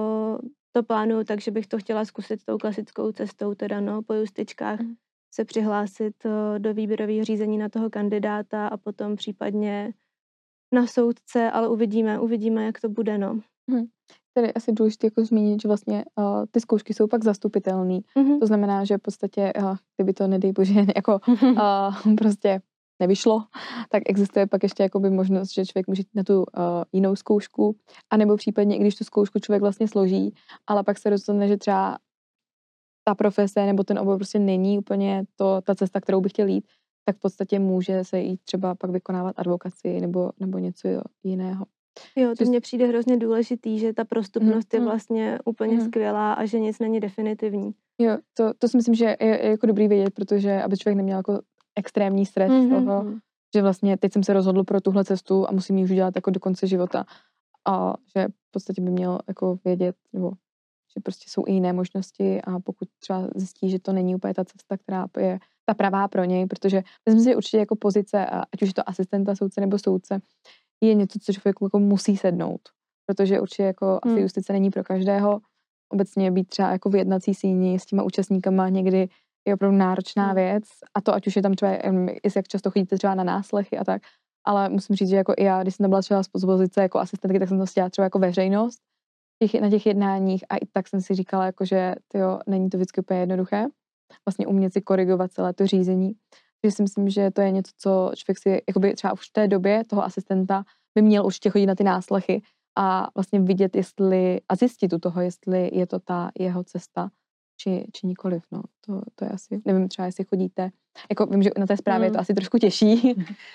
to plánuju, takže bych to chtěla zkusit tou klasickou cestou, teda no, po justičkách se přihlásit do výběrového řízení na toho kandidáta a potom případně na soudce, ale uvidíme, jak to bude, no. Tady je asi důležité jako zmínit, že vlastně ty zkoušky jsou pak zastupitelný. To znamená, že v podstatě, kdyby to, nedej bože, jako prostě nevyšlo, tak existuje pak ještě jakoby možnost, že člověk může jít na tu jinou zkoušku, anebo případně, i když tu zkoušku člověk vlastně složí, ale pak se rozhodne, že třeba ta profese nebo ten obor prostě není úplně ta cesta, kterou by chtěl jít, tak v podstatě může se jít třeba pak vykonávat advokaci nebo něco jiného. Jo, to mně přijde hrozně důležitý, že ta prostupnost je vlastně úplně skvělá a že nic není definitivní. Jo, to si myslím, že je jako dobrý vědět, protože aby člověk neměl jako extrémní stres z toho, že vlastně teď jsem se rozhodl pro tuhle cestu a musím ji už dělat jako do konce života. A že v podstatě by měl jako vědět, nebo že prostě jsou i jiné možnosti a pokud třeba zjistí, že to není úplně ta cesta, která je ta pravá pro něj, protože myslím si, že určitě jako pozice, ať už je to asistenta soudce nebo soudce, je něco, co člověk jako musí sednout, protože určitě jako asi justice není pro každého. Obecně být třeba jako v jednací síni s těma účastníkama někdy je opravdu náročná věc a to ať už je tam třeba, jestli jak často chodíte třeba na náslechy a tak, ale musím říct, že jako i já, když jsem byla třeba z pozice jako asistentky, tak jsem to chtěla třeba jako veřejnost na těch jednáních a i tak jsem si říkala, jako, že není to vždycky úplně jednoduché vlastně umět si korigovat celé to řízení. Takže si myslím, že to je něco, co člověk si jakoby třeba už v té době toho asistenta by měl určitě chodit na ty náslechy a vlastně vidět, a zjistit u toho, jestli je to ta jeho cesta, či nikoliv, no. To je asi, nevím třeba, jestli chodíte, jako vím, že na té zprávě je to asi trošku těžší.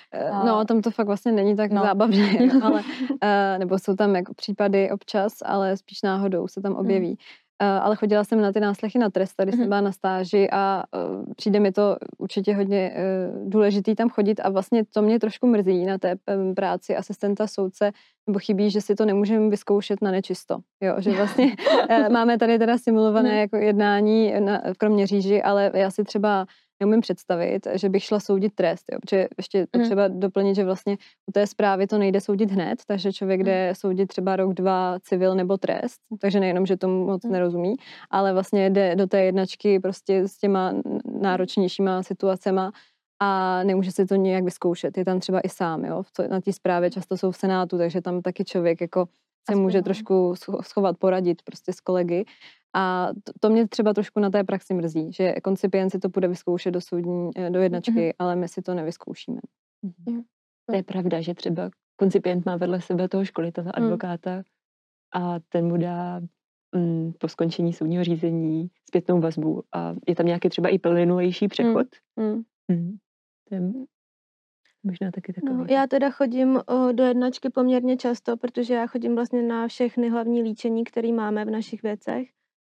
No, tam to fakt vlastně není tak zábavné, ale, nebo jsou tam jako případy občas, ale spíš náhodou se tam objeví. Ale chodila jsem na ty náslechy na trest, když jsem byla na stáži a přijde mi to určitě hodně důležitý tam chodit a vlastně to mě trošku mrzí na té práci asistenta soudce, nebo chybí, že si to nemůžeme vyzkoušet na nečisto. Jo, že vlastně máme tady teda simulované jako jednání v Kroměříži, ale já si třeba neumím představit, že bych šla soudit trest, jo, protože ještě potřeba doplnit, že vlastně u té zprávy to nejde soudit hned, takže člověk jde soudit třeba rok, 2 civil nebo trest, takže nejenom, že tomu moc nerozumí, ale vlastně jde do té jednačky prostě s těma náročnějšíma situacema a nemůže si to nějak vyzkoušet. Je tam třeba i sám, jo, na té zprávě často jsou v Senátu, takže tam taky člověk jako se může trošku schovat, poradit prostě s kolegy. A to mě třeba trošku na té praxi mrzí, že koncipient si to bude vyzkoušet do jednačky, ale my si to nevyzkoušíme. To je pravda, že třeba koncipient má vedle sebe toho školitele, advokáta a ten mu dá po skončení soudního řízení zpětnou vazbu a je tam nějaký třeba i plynulejší přechod. To je možná taky takový. No, já teda chodím do jednačky poměrně často, protože já chodím vlastně na všechny hlavní líčení, které máme v našich věcech.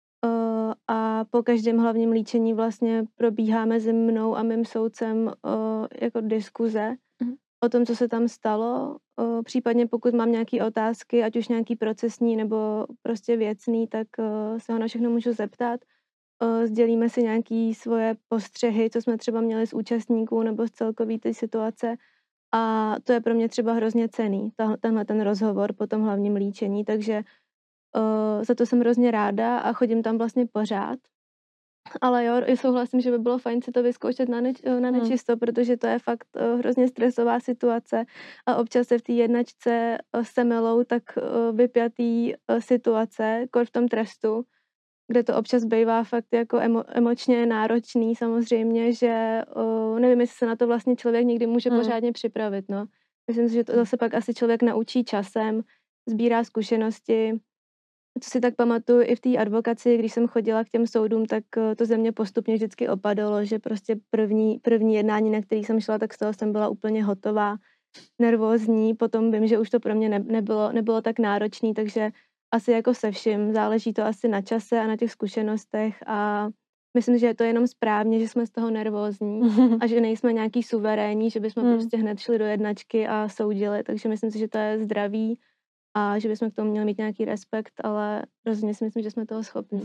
A po každém hlavním líčení vlastně probíhá mezi mnou a mým soudcem jako diskuze o tom, co se tam stalo. Případně pokud mám nějaké otázky, ať už nějaký procesní nebo prostě věcný, tak se ho na všechno můžu zeptat. Sdělíme si nějaké svoje postřehy, co jsme třeba měli z účastníků nebo z celkový té situace. A to je pro mě třeba hrozně cenný, tenhle ten rozhovor po tom hlavním líčení, takže za to jsem hrozně ráda a chodím tam vlastně pořád. Ale jo, souhlasím, že by bylo fajn si to vyzkoušet na nečisto, protože to je fakt hrozně stresová situace a občas se v té jednačce semelou tak vypjatý situace, v tom trestu, kde to občas bývá fakt jako emočně náročný samozřejmě, že nevím, jestli se na to vlastně člověk někdy může pořádně připravit, no. Myslím si, že to zase pak asi člověk naučí časem, sbírá zkušenosti. Co si tak pamatuju i v té advokaci, když jsem chodila k těm soudům, tak to ze mě postupně vždycky opadalo, že prostě první jednání, na který jsem šla, tak z toho jsem byla úplně hotová, nervózní, potom vím, že už to pro mě nebylo tak náročný, takže asi jako se vším, záleží to asi na čase a na těch zkušenostech a myslím, že je to jenom správně, že jsme z toho nervózní a že nejsme nějaký suverénní, že bychom prostě hned šli do jednačky a soudili, takže myslím si, že to je zdravý a že bychom k tomu měli mít nějaký respekt, ale rozhodně si myslím, že jsme toho schopni.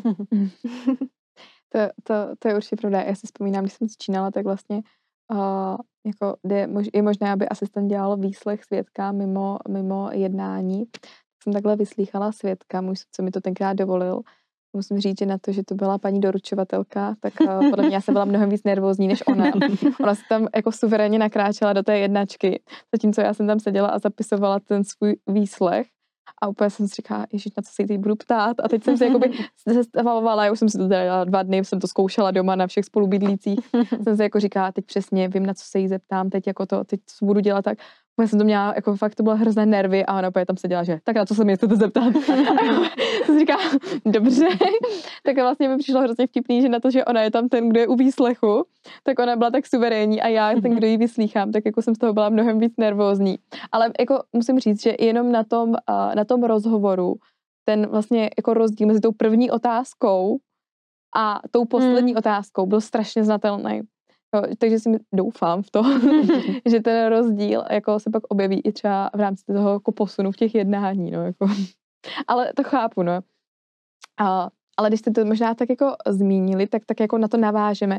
To je určitě pravda. Já si vzpomínám, když jsem začínala, tak vlastně jako je možné, aby asistent dělal výslech svědka mimo jednání. Jsem takhle vyslýchala svědka, můj soudce mi to tenkrát dovolil. Musím říct, že na to, že to byla paní doručovatelka, tak podle mě já jsem byla mnohem víc nervózní než ona. Ona se tam jako suverénně nakráčela do té jednačky, zatímco já jsem tam seděla a zapisovala ten svůj výslech. A úplně jsem si říkala, ježiš, na co se jí teď budu ptát. A teď jsem se jakoby zestavovala, já už jsem si to dělala 2 dny, jsem to zkoušela doma na všech spolubydlících. Jsem si jako říkala, teď přesně vím, na co se jí zeptám, teď co budu dělat tak. Úplně jsem to měla, jako fakt to bylo hrozné nervy a ona úplně tam seděla, že tak na co se mě chcete zeptat. A jsem si říkala, dobře. Tak vlastně mi přišlo hrozně vtipný, že na to, že ona je tam ten, kdo je u výslechu, tak ona byla tak suverénní a já ten, kdo ji vyslýchám, tak jako jsem z toho byla mnohem víc nervózní. Ale jako musím říct, že jenom na tom rozhovoru ten vlastně jako rozdíl mezi tou první otázkou a tou poslední otázkou byl strašně znatelný. Jo, takže si doufám v to, že ten rozdíl jako se pak objeví i třeba v rámci toho jako posunu v těch jednání, no, jako. Ale to chápu, no. Ale když jste to možná tak jako zmínili, tak jako na to navážeme.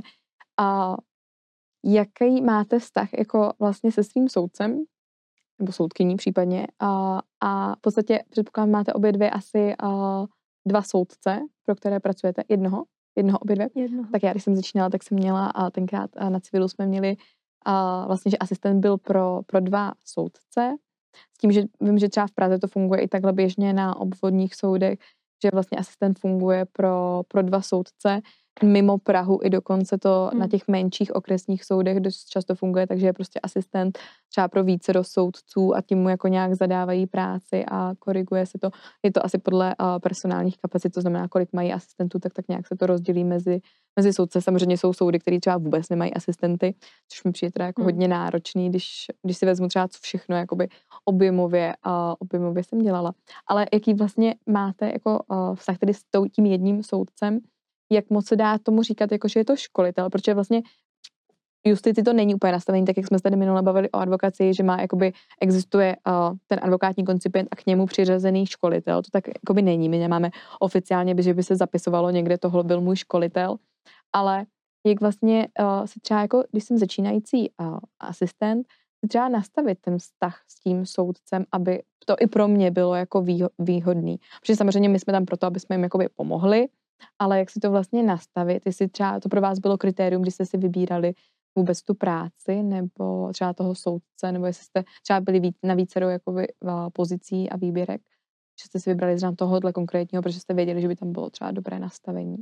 Jaký máte vztah jako vlastně se svým soudcem, nebo soudkyní případně, a v podstatě předpokládám, máte obě dvě asi 2 soudce, pro které pracujete, jednoho, obě dvě. Jednoho. Tak já, když jsem začínala, tak jsem měla a tenkrát na civilu jsme měli vlastně, že asistent byl pro 2 soudce, s tím, že vím, že třeba v Praze to funguje i takhle běžně na obvodních soudech, že vlastně asistent funguje pro 2 soudce, mimo Prahu i dokonce to na těch menších okresních soudech dost často funguje, takže je prostě asistent třeba pro vícero soudců a tím mu jako nějak zadávají práci a koriguje se to. Je to asi podle personálních kapacit, to znamená, kolik mají asistentů, tak nějak se to rozdělí mezi soudce. Samozřejmě jsou soudy, které třeba vůbec nemají asistenty, což mi přijde teda jako hodně náročný, když si vezmu třeba co všechno jakoby objemově jsem dělala. Ale jaký vlastně máte jako vztah tedy s tím jedním soudcem, jak moc se dá tomu říkat, jako že je to školitel, protože vlastně justici to není úplně nastavený, tak jak jsme se tady minule bavili o advokaci, že existuje ten advokátní koncipient a k němu přiřazený školitel. To tak jakoby není. My nemáme oficiálně, že by se zapisovalo někde, tohle byl můj školitel, ale jak vlastně si třeba jako, když jsem začínající asistent, si třeba nastavit ten vztah s tím soudcem, aby to i pro mě bylo jako výhodný. Protože samozřejmě my jsme tam proto, aby jsme jim jakoby pomohli, ale jak si to vlastně nastavit, jestli třeba to pro vás bylo kritérium, když jste si vybírali vůbec tu práci, nebo třeba toho soudce, nebo jestli jste třeba byli na vícero jakoby pozicí a výběrek, že jste si vybrali zrovna tohohle konkrétního, protože jste věděli, že by tam bylo třeba dobré nastavení.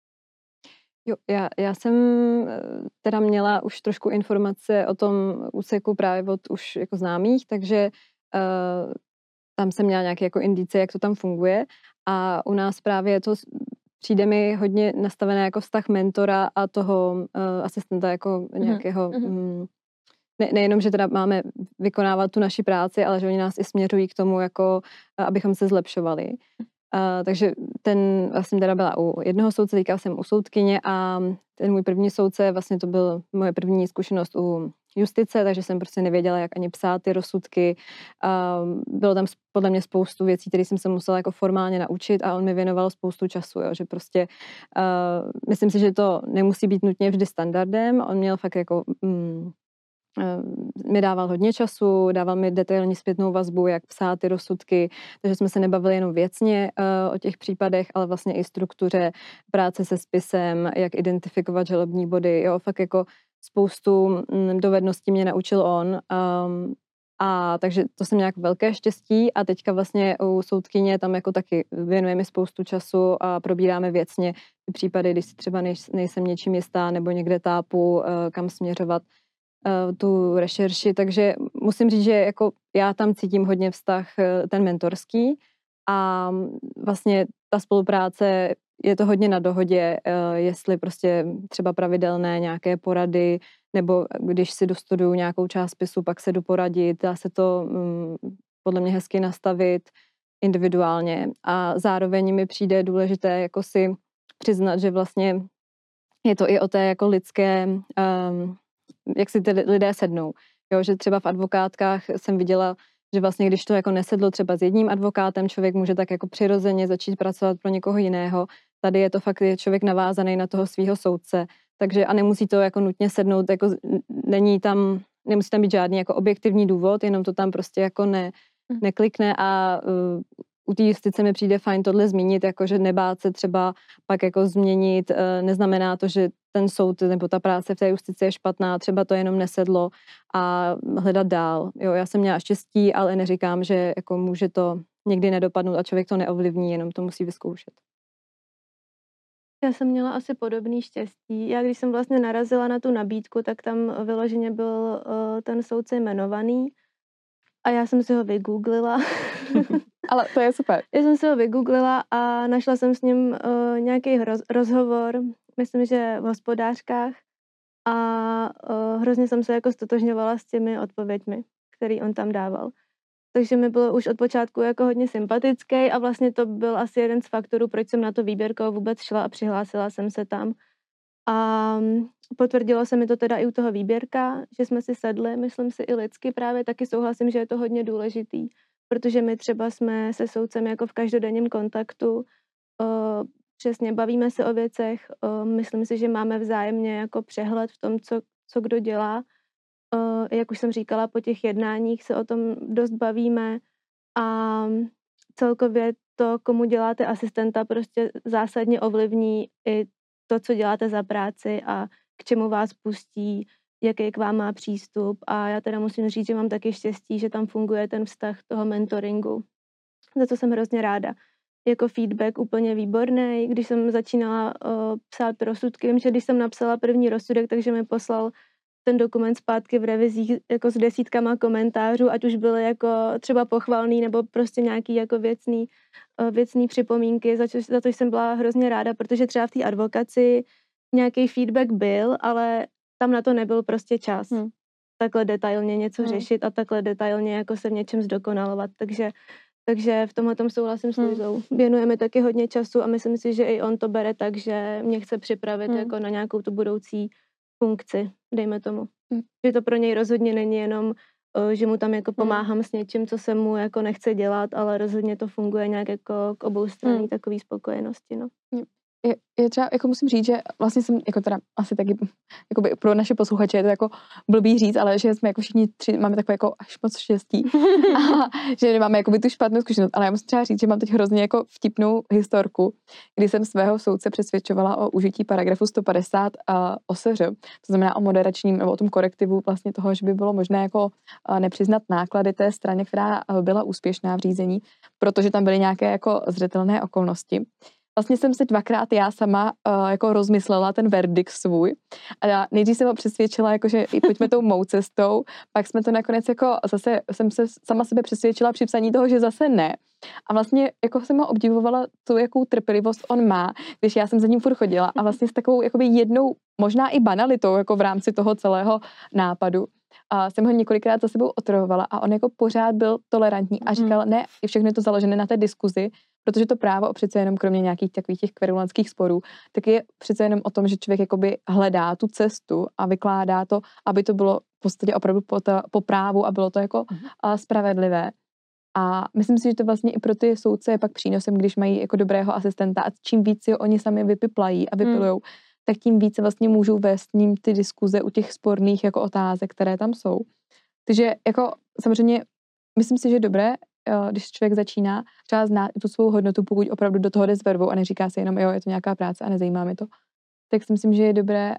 Jo, já jsem teda měla už trošku informace o tom úseku právě od už jako známých, takže tam jsem měla nějaké jako indice, jak to tam funguje a u nás právě je to přijde mi hodně nastavené jako vztah mentora a toho asistenta jako nějakého, nejenom, že teda máme vykonávat tu naši práci, ale že oni nás i směřují k tomu, jako abychom se zlepšovali. Takže jsem teda byla u jednoho soudce, teďka jsem u soudkyně a ten můj první soudce, vlastně to byl moje první zkušenost u justice, takže jsem prostě nevěděla, jak ani psát ty rozsudky. Bylo tam podle mě spoustu věcí, které jsem se musela jako formálně naučit a on mi věnoval spoustu času, jo, že prostě myslím si, že to nemusí být nutně vždy standardem. On měl fakt jako mi dával hodně času, dával mi detailní zpětnou vazbu, jak psát ty rozsudky, takže jsme se nebavili jenom věcně o těch případech, ale vlastně i struktuře práce se spisem, jak identifikovat žalobní body, jo, fakt jako spoustu dovedností mě naučil on a takže to jsem měla jako velké štěstí a teďka vlastně u soudkyně tam jako taky věnujeme spoustu času a probíráme věcně ty případy, když si třeba nejsem něčím jistá nebo někde tápu, kam směřovat tu rešerši, takže musím říct, že jako já tam cítím hodně vztah ten mentorský a vlastně ta spolupráce je to hodně na dohodě, jestli prostě třeba pravidelné nějaké porady, nebo když si dostuduju nějakou část spisu, pak se jdu poradit, dá se to podle mě hezky nastavit individuálně a zároveň mi přijde důležité jako si přiznat, že vlastně je to i o té jako lidské, jak si ty lidé sednou. Jo, že třeba v advokátkách jsem viděla, že vlastně když to jako nesedlo třeba s jedním advokátem, člověk může tak jako přirozeně začít pracovat pro někoho jiného. Tady je to fakt, je člověk navázaný na toho svého soudce, takže a nemusí to jako nutně sednout, jako nemusí tam být žádný jako objektivní důvod, jenom to tam prostě jako neklikne a u té justice mi přijde fajn tohle zmínit, jako že nebát se třeba pak jako změnit, neznamená to, že ten soud nebo ta práce v té justici je špatná, třeba to jenom nesedlo a hledat dál. Jo, já jsem měla štěstí, ale neříkám, že jako může to někdy nedopadnout a člověk to neovlivní, jenom to musí vyzkoušet. Já jsem měla asi podobný štěstí. Já když jsem vlastně narazila na tu nabídku, tak tam vyloženě byl ten soudce jmenovaný a já jsem si ho vygooglila. Ale to je super. Já jsem si ho vygooglila a našla jsem s ním nějaký rozhovor, myslím, že v Hospodářkách a hrozně jsem se jako stotožňovala s těmi odpověďmi, který on tam dával. Takže mi bylo už od počátku jako hodně sympatický a vlastně to byl asi jeden z faktorů, proč jsem na to výběrko vůbec šla a přihlásila jsem se tam. A potvrdilo se mi to teda i u toho výběrka, že jsme si sedli, myslím si i lidsky právě, taky souhlasím, že je to hodně důležitý, protože my třeba jsme se soudcem jako v každodenním kontaktu, přesně bavíme se o věcech, myslím si, že máme vzájemně jako přehled v tom, co kdo dělá. Jak už jsem říkala, po těch jednáních se o tom dost bavíme a celkově to, komu děláte asistenta, prostě zásadně ovlivní i to, co děláte za práci a k čemu vás pustí, jaký k vám má přístup. A já teda musím říct, že mám taky štěstí, že tam funguje ten vztah toho mentoringu, za co jsem hrozně ráda. Jako feedback úplně výborný. Když jsem začínala psát rozsudky, vím, že když jsem napsala první rozsudek, takže mi poslal ten dokument zpátky v revizích jako s desítkama komentářů, ať už byly jako třeba pochvalný nebo prostě nějaký jako věcný připomínky, za to jsem byla hrozně ráda, protože třeba v té advokaci nějaký feedback byl, ale tam na to nebyl prostě čas. Takhle detailně něco řešit a takhle detailně jako se v něčem zdokonalovat, takže v tomhle tom souhlasím s Luizou. Věnujeme taky hodně času a myslím si, že i on to bere tak, že mě chce připravit jako na nějakou tu budoucí funkci, dejme tomu. Že to pro něj rozhodně není jenom, že mu tam jako pomáhám s něčím, co se mu jako nechce dělat, ale rozhodně to funguje nějak jako k obou straní takový spokojenosti, no. Je třeba, jako musím říct, že vlastně jsem, jako teda asi taky, jako pro naše posluchače je to jako blbý říct, ale že jsme jako všichni tři máme takové jako až moc štěstí a že nemáme jako by tu špatnou zkušenost, ale já musím třeba říct, že mám teď hrozně jako vtipnou historku, kdy jsem svého soudce přesvědčovala o užití paragrafu 150 OSŘ, to znamená o moderačním nebo o tom korektivu vlastně toho, že by bylo možné jako nepřiznat náklady té straně, která byla úspěšná v řízení, protože tam byly nějaké jako zřetelné okolnosti. Vlastně jsem si dvakrát já sama jako rozmyslela ten verdikt svůj a nejdřív jsem ho přesvědčila, jako, že i pojďme tou mou cestou, pak jsme to nakonec jako zase jsem se sama sebe přesvědčila při psaní toho, že zase ne. A vlastně jako jsem ho obdivovala tu, jakou trpělivost on má, když já jsem za ním furt chodila a vlastně s takovou jakoby jednou, možná i banalitou, jako v rámci toho celého nápadu. A jsem ho několikrát za sebou otravovala a on jako pořád byl tolerantní a říkal, ne, všechno je to založené na té diskuzi, protože to právo přece jenom kromě nějakých takových těch kverulantských sporů, tak je přece jenom o tom, že člověk jakoby hledá tu cestu a vykládá to, aby to bylo v podstatě opravdu po právu a bylo to jako spravedlivé. A myslím si, že to vlastně i pro ty soudce je pak přínosem, když mají jako dobrého asistenta a čím víc si ho oni sami vypiplají a vypilujou, tak tím více vlastně můžou vést s ním ty diskuze u těch sporných jako otázek, které tam jsou. Takže jako samozřejmě myslím si, že je dobré, když člověk začíná třeba znát tu svou hodnotu, pokud opravdu do toho jde s vervou a neříká si jenom, jo, je to nějaká práce a nezajímá mi to, tak si myslím, že je dobré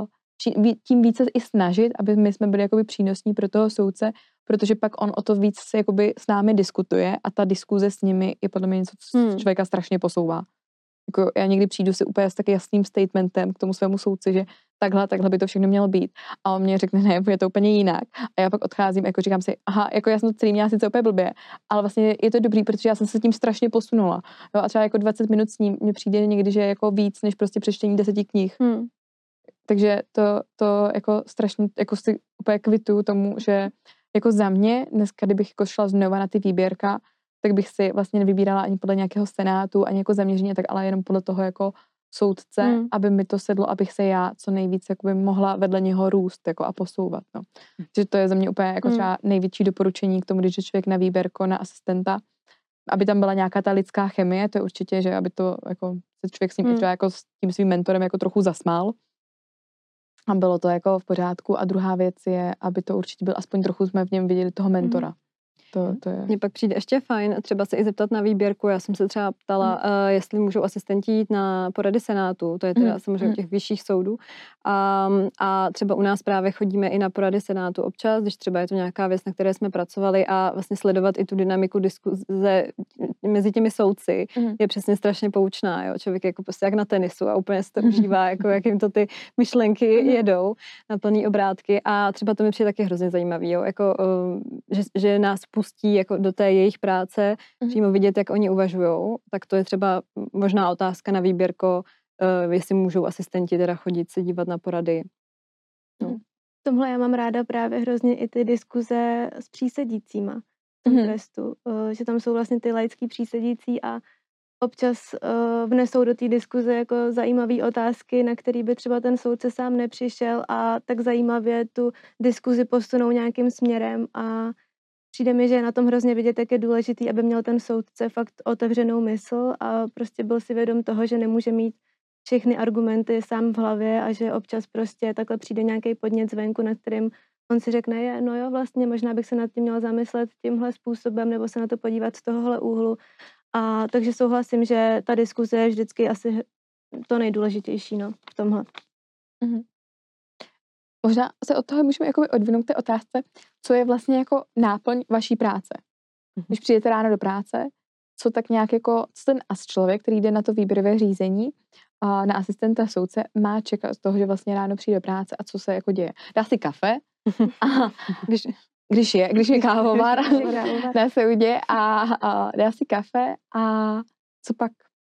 tím více i snažit, aby my jsme byli jakoby přínosní pro toho soudce, protože pak on o to víc se jakoby s námi diskutuje a ta diskuze s nimi je podle mě něco, co člověka strašně posouvá. Jako já někdy přijdu si úplně s taky jasným statementem k tomu svému soudci, že takhle by to všechno mělo být. A on mě řekne, ne, je to úplně jinak. A já pak odcházím, jako říkám si, aha, jako já jsem to celý měla sice úplně blbě, ale vlastně je to dobrý, protože já jsem se tím strašně posunula. Jo, a třeba jako 20 minut s ním mně přijde někdy, že je jako víc, než prostě přečtení 10 knih. Takže to jako strašně, jako si úplně kvituju tomu, že jako za mě, dneska, kdybych jako šla znova na ty výběrka, tak bych si vlastně nevybírala ani podle nějakého senátu, ani jako zaměření, tak ale jenom podle toho, jako soudce, aby mi to sedlo, abych se já co nejvíc jakoby mohla vedle něho růst jako a posouvat. No. Že to je za mě úplně jako třeba největší doporučení k tomu, když je člověk na výběrko na asistenta, aby tam byla nějaká ta lidská chemie, to je určitě, že aby to jako se člověk s ním třeba jako s tím svým mentorem jako trochu zasmál. A bylo to jako v pořádku. A druhá věc je, aby to určitě byl, aspoň trochu jsme v něm viděli toho mentora. To je. Mně pak přijde ještě fajn třeba se i zeptat na výběrku. Já jsem se třeba ptala, jestli můžou asistenti jít na porady senátu, to je teda samozřejmě těch vyšších soudů. A třeba u nás právě chodíme i na porady senátu občas, když třeba je to nějaká věc, na které jsme pracovali a vlastně sledovat i tu dynamiku diskuze mezi těmi soudci je přesně strašně poučná. Jo? Člověk jako prostě jak na tenisu a úplně se to užívá, jako jak jim to ty myšlenky jedou na plný obrátky. A třeba to mi přijde taky hrozně zajímavý, jo? Jako, že nás pustí jako do té jejich práce, přímo vidět, jak oni uvažujou, tak to je třeba možná otázka na výběrko, jestli můžou asistenti teda chodit se dívat na porady. No. V tomhle já mám ráda právě hrozně i ty diskuze s přísedícíma v tom trestu, že tam jsou vlastně ty laický přísedící a občas vnesou do té diskuze jako zajímavé otázky, na který by třeba ten soudce sám nepřišel a tak zajímavě tu diskuzi posunou nějakým směrem a přijde mi, že je na tom hrozně vidět, jak je důležitý, aby měl ten soudce fakt otevřenou mysl a prostě byl si vědom toho, že nemůže mít všechny argumenty sám v hlavě a že občas prostě takhle přijde nějaký podnět zvenku, na kterým on si řekne, no jo, vlastně možná bych se nad tím měla zamyslet tímhle způsobem nebo se na to podívat z tohohle úhlu. A takže souhlasím, že ta diskuze je vždycky asi to nejdůležitější, no, v tomhle. Možná se od toho můžeme jakoby odvinout té otázce, co je vlastně jako náplň vaší práce. Když přijdete ráno do práce, co tak nějak jako, co ten člověk, který jde na to výběrové řízení a na asistenta soudce, má čekat z toho, že vlastně ráno přijde do práce a co se jako děje. Dá si kafe, a když je kávovar na soudě a dá si kafe a co pak?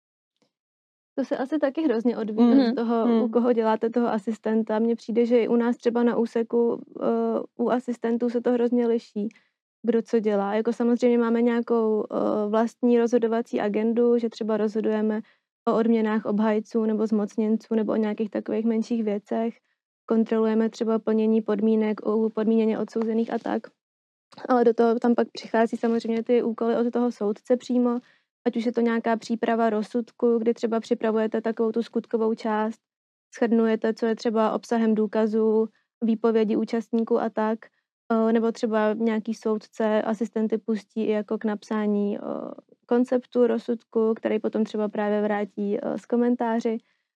To se asi taky hrozně odvíjí z toho, u koho děláte toho asistenta. Mně přijde, že i u nás třeba na úseku u asistentů se to hrozně liší, kdo co dělá. Jako samozřejmě máme nějakou vlastní rozhodovací agendu, že třeba rozhodujeme o odměnách obhajců nebo zmocněnců nebo o nějakých takových menších věcech. Kontrolujeme třeba plnění podmínek u podmíněně odsouzených a tak. Ale do toho tam pak přichází samozřejmě ty úkoly od toho soudce přímo, ať už je to nějaká příprava rozsudku, kdy třeba připravujete takovou tu skutkovou část, shrnujete, co je třeba obsahem důkazů, výpovědi účastníků a tak, nebo třeba nějaký soudce asistenty pustí i jako k napsání konceptu rozsudku, který potom třeba právě vrátí s komentáři.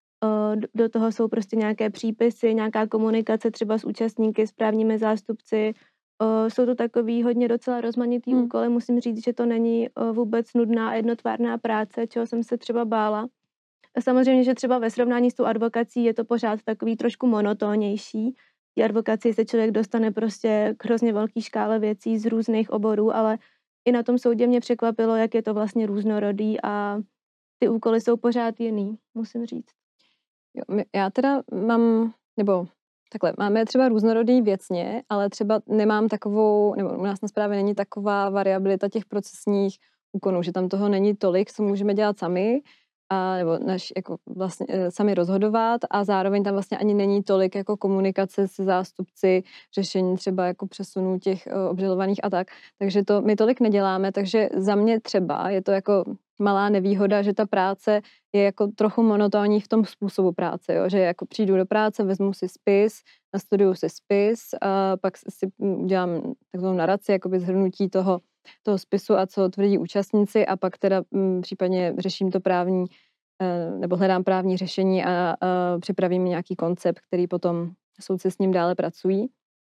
Do toho jsou prostě nějaké přípisy, nějaká komunikace třeba s účastníky, s právními zástupci. Jsou to takový hodně docela rozmanitý úkoly. Musím říct, že to není vůbec nudná a jednotvárná práce, čeho jsem se třeba bála. Samozřejmě, že třeba ve srovnání s tou advokací je to pořád takový trošku monotónnější. V advokaci se člověk dostane prostě k hrozně velké škále věcí z různých oborů, ale i na tom soudě mě překvapilo, jak je to vlastně různorodý a ty úkoly jsou pořád jiný, musím říct. Jo, já teda mám, nebo takhle, máme třeba různorodý věcně, ale třeba nemám takovou, nebo u nás na správě není taková variabilita těch procesních úkonů, že tam toho není tolik, co můžeme dělat sami, nebo jako vlastně sami rozhodovat a zároveň tam vlastně ani není tolik jako komunikace se zástupci, řešení třeba jako přesunů těch obžalovaných a tak. Takže to my tolik neděláme, takže za mě třeba je to jako malá nevýhoda, že ta práce je jako trochu monotónní v tom způsobu práce, jo? Že jako přijdu do práce, vezmu si spis, nastuduju si spis, a pak si udělám takovou naraci, jakoby shrnutí toho spisu a co tvrdí účastníci a pak teda případně řeším to právní, nebo hledám právní řešení a připravím nějaký koncept, který potom soudci s ním dále pracují.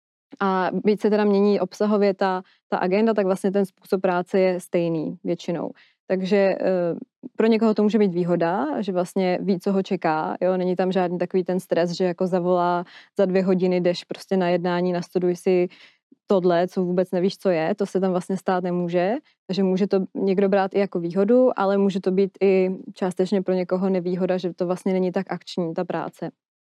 A byť se teda mění obsahově ta agenda, tak vlastně ten způsob práce je stejný většinou. Takže pro někoho to může být výhoda, že vlastně ví, co ho čeká, jo? Není tam žádný takový ten stres, že jako zavolá za 2 hodiny, jdeš prostě na jednání, nastuduj si tohle, co vůbec nevíš, co je, to se tam vlastně stát nemůže, takže může to někdo brát i jako výhodu, ale může to být i částečně pro někoho nevýhoda, že to vlastně není tak akční, ta práce.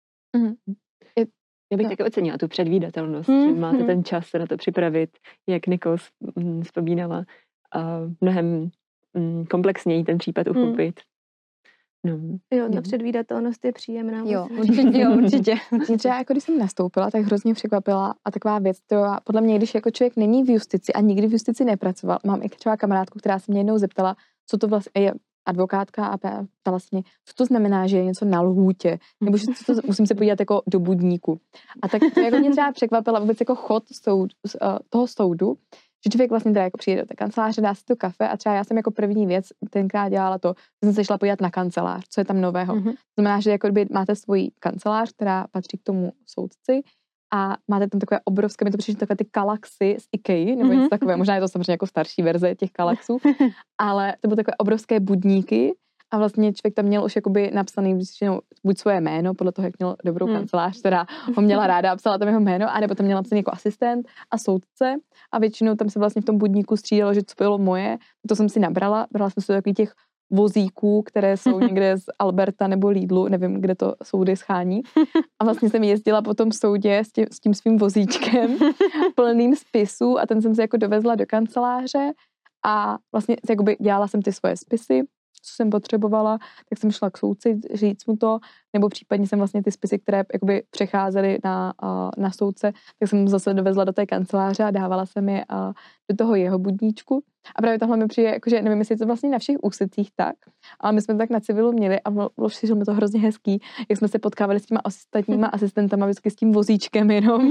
Já bych taky ocenila tu předvídatelnost, že máte ten čas se na to připravit, jak Niko vzpomínala, a mnohem komplexněji ten případ uchopit. No. Jo, ta předvídatelnost je příjemná. Jo, musím říct. určitě. Mě třeba jako když jsem nastoupila, tak hrozně překvapila a taková věc, která podle mě, když jako člověk není v justici a nikdy v justici nepracoval, mám i třeba kamarádku, která se mě jednou zeptala, co to vlastně je advokátka a ptala se mě, co to znamená, že je něco na lhůtě, nebo že co to, musím se podívat jako do budníku. A tak to jako mě třeba překvapila vůbec jako chod toho soudu, že člověk vlastně teda jako přijde do té kanceláře, dá si to kafe a třeba já jsem jako první věc tenkrát dělala to, že jsem se šla podívat na kancelář, co je tam nového. To znamená, že jako máte svoji kancelář, která patří k tomu soudci a máte tam takové obrovské, mi to přišlo takové ty Kallaxy z IKEA, nebo něco takové, možná je to samozřejmě jako starší verze těch Kallaxů, ale to byly takové obrovské budníky a vlastně člověk tam měl už jakoby napsaný buď svoje jméno, podle toho, jak měl dobrou kancelář, která ho měla ráda a psala tam jeho jméno, anebo tam měla napsaný jako asistent a soudce a většinou tam se vlastně v tom budníku střídalo, že co bylo moje, to jsem si brala jsem si takových těch vozíků, které jsou někde z Alberta nebo Lidlu, nevím, kde to soudy schání. A vlastně jsem jezdila po tom soudě s tím svým vozíčkem plným spisů a ten jsem si jako dovezla do kanceláře a vlastně jakoby dělala jsem ty svoje spisy, co jsem potřebovala, tak jsem šla k soudci říct mu to, nebo případně jsem vlastně ty spisy, které jakoby přecházely na soudce, tak jsem mu zase dovezla do té kanceláře a dávala jsem je do toho jeho budníčku. A právě tohle mi přijde, jakože nevím, jestli je to vlastně na všech úsecích tak, ale my jsme to tak na civilu měli a přišlo mi to hrozně hezký, jak jsme se potkávali s těma ostatníma asistentama vždycky s tím vozíčkem jenom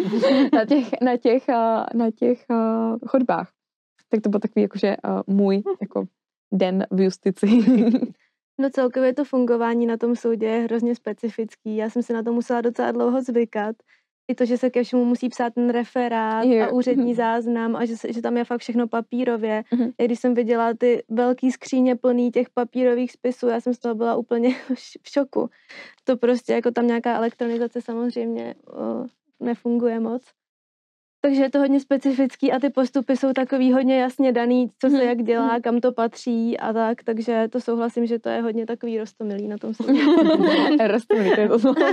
na těch chodbách. Tak to byl takový jakože můj jako den v justici. No celkově to fungování na tom soudě je hrozně specifický. Já jsem si na to musela docela dlouho zvykat. I to, že se ke všemu musí psát ten referát a úřední záznam a že tam je fakt všechno papírově. I když jsem viděla ty velký skříně plný těch papírových spisů, já jsem z toho byla úplně v šoku. To prostě jako tam nějaká elektronizace samozřejmě nefunguje moc. Takže je to hodně specifický a ty postupy jsou takový hodně jasně daný, co se jak dělá, kam to patří a tak, takže to souhlasím, že to je hodně takový roztomilý na tom soudě. Roztomilý, to je to slovo.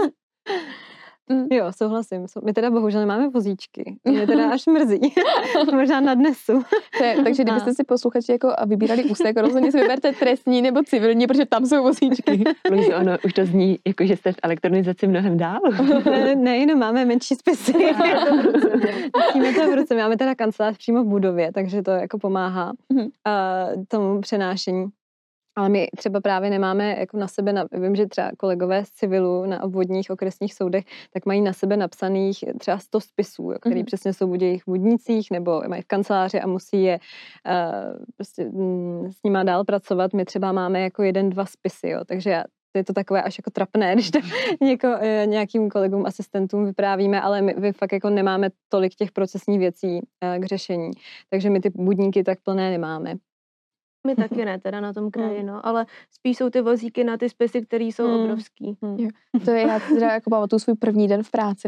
Jo, souhlasím. My teda bohužel nemáme vozíčky. To mě teda až mrzí. Možná nadnesu. Takže kdybyste si posluchači jako vybírali úsek, rozhodně si vyberte trestní nebo civilní, protože tam jsou vozíčky. Luizo, ono už to zní, jako že jste v elektronizaci mnohem dál. Ne, jenom máme menší spisy. Máme to v ruce. Máme teda kancelář přímo v budově, takže to jako pomáhá tomu přenášení. Ale my třeba právě nemáme jako na sebe, vím, že třeba kolegové z civilu na obvodních okresních soudech, tak mají na sebe napsaných třeba 100 spisů, který přesně jsou buď v jejich budnicích, nebo mají v kanceláři a musí je prostě s nima dál pracovat. My třeba máme jako 1-2 spisy, jo, takže je to takové až jako trapné, když to nějakým kolegům, asistentům vyprávíme, ale my fakt jako nemáme tolik těch procesních věcí k řešení. Takže my ty budníky tak plné nemáme. My taky ne, teda na tom kraji, no, ale spíš jsou ty vozíky na ty spisy, které jsou obrovský. To je, já teda jako pamatuju svůj první den v práci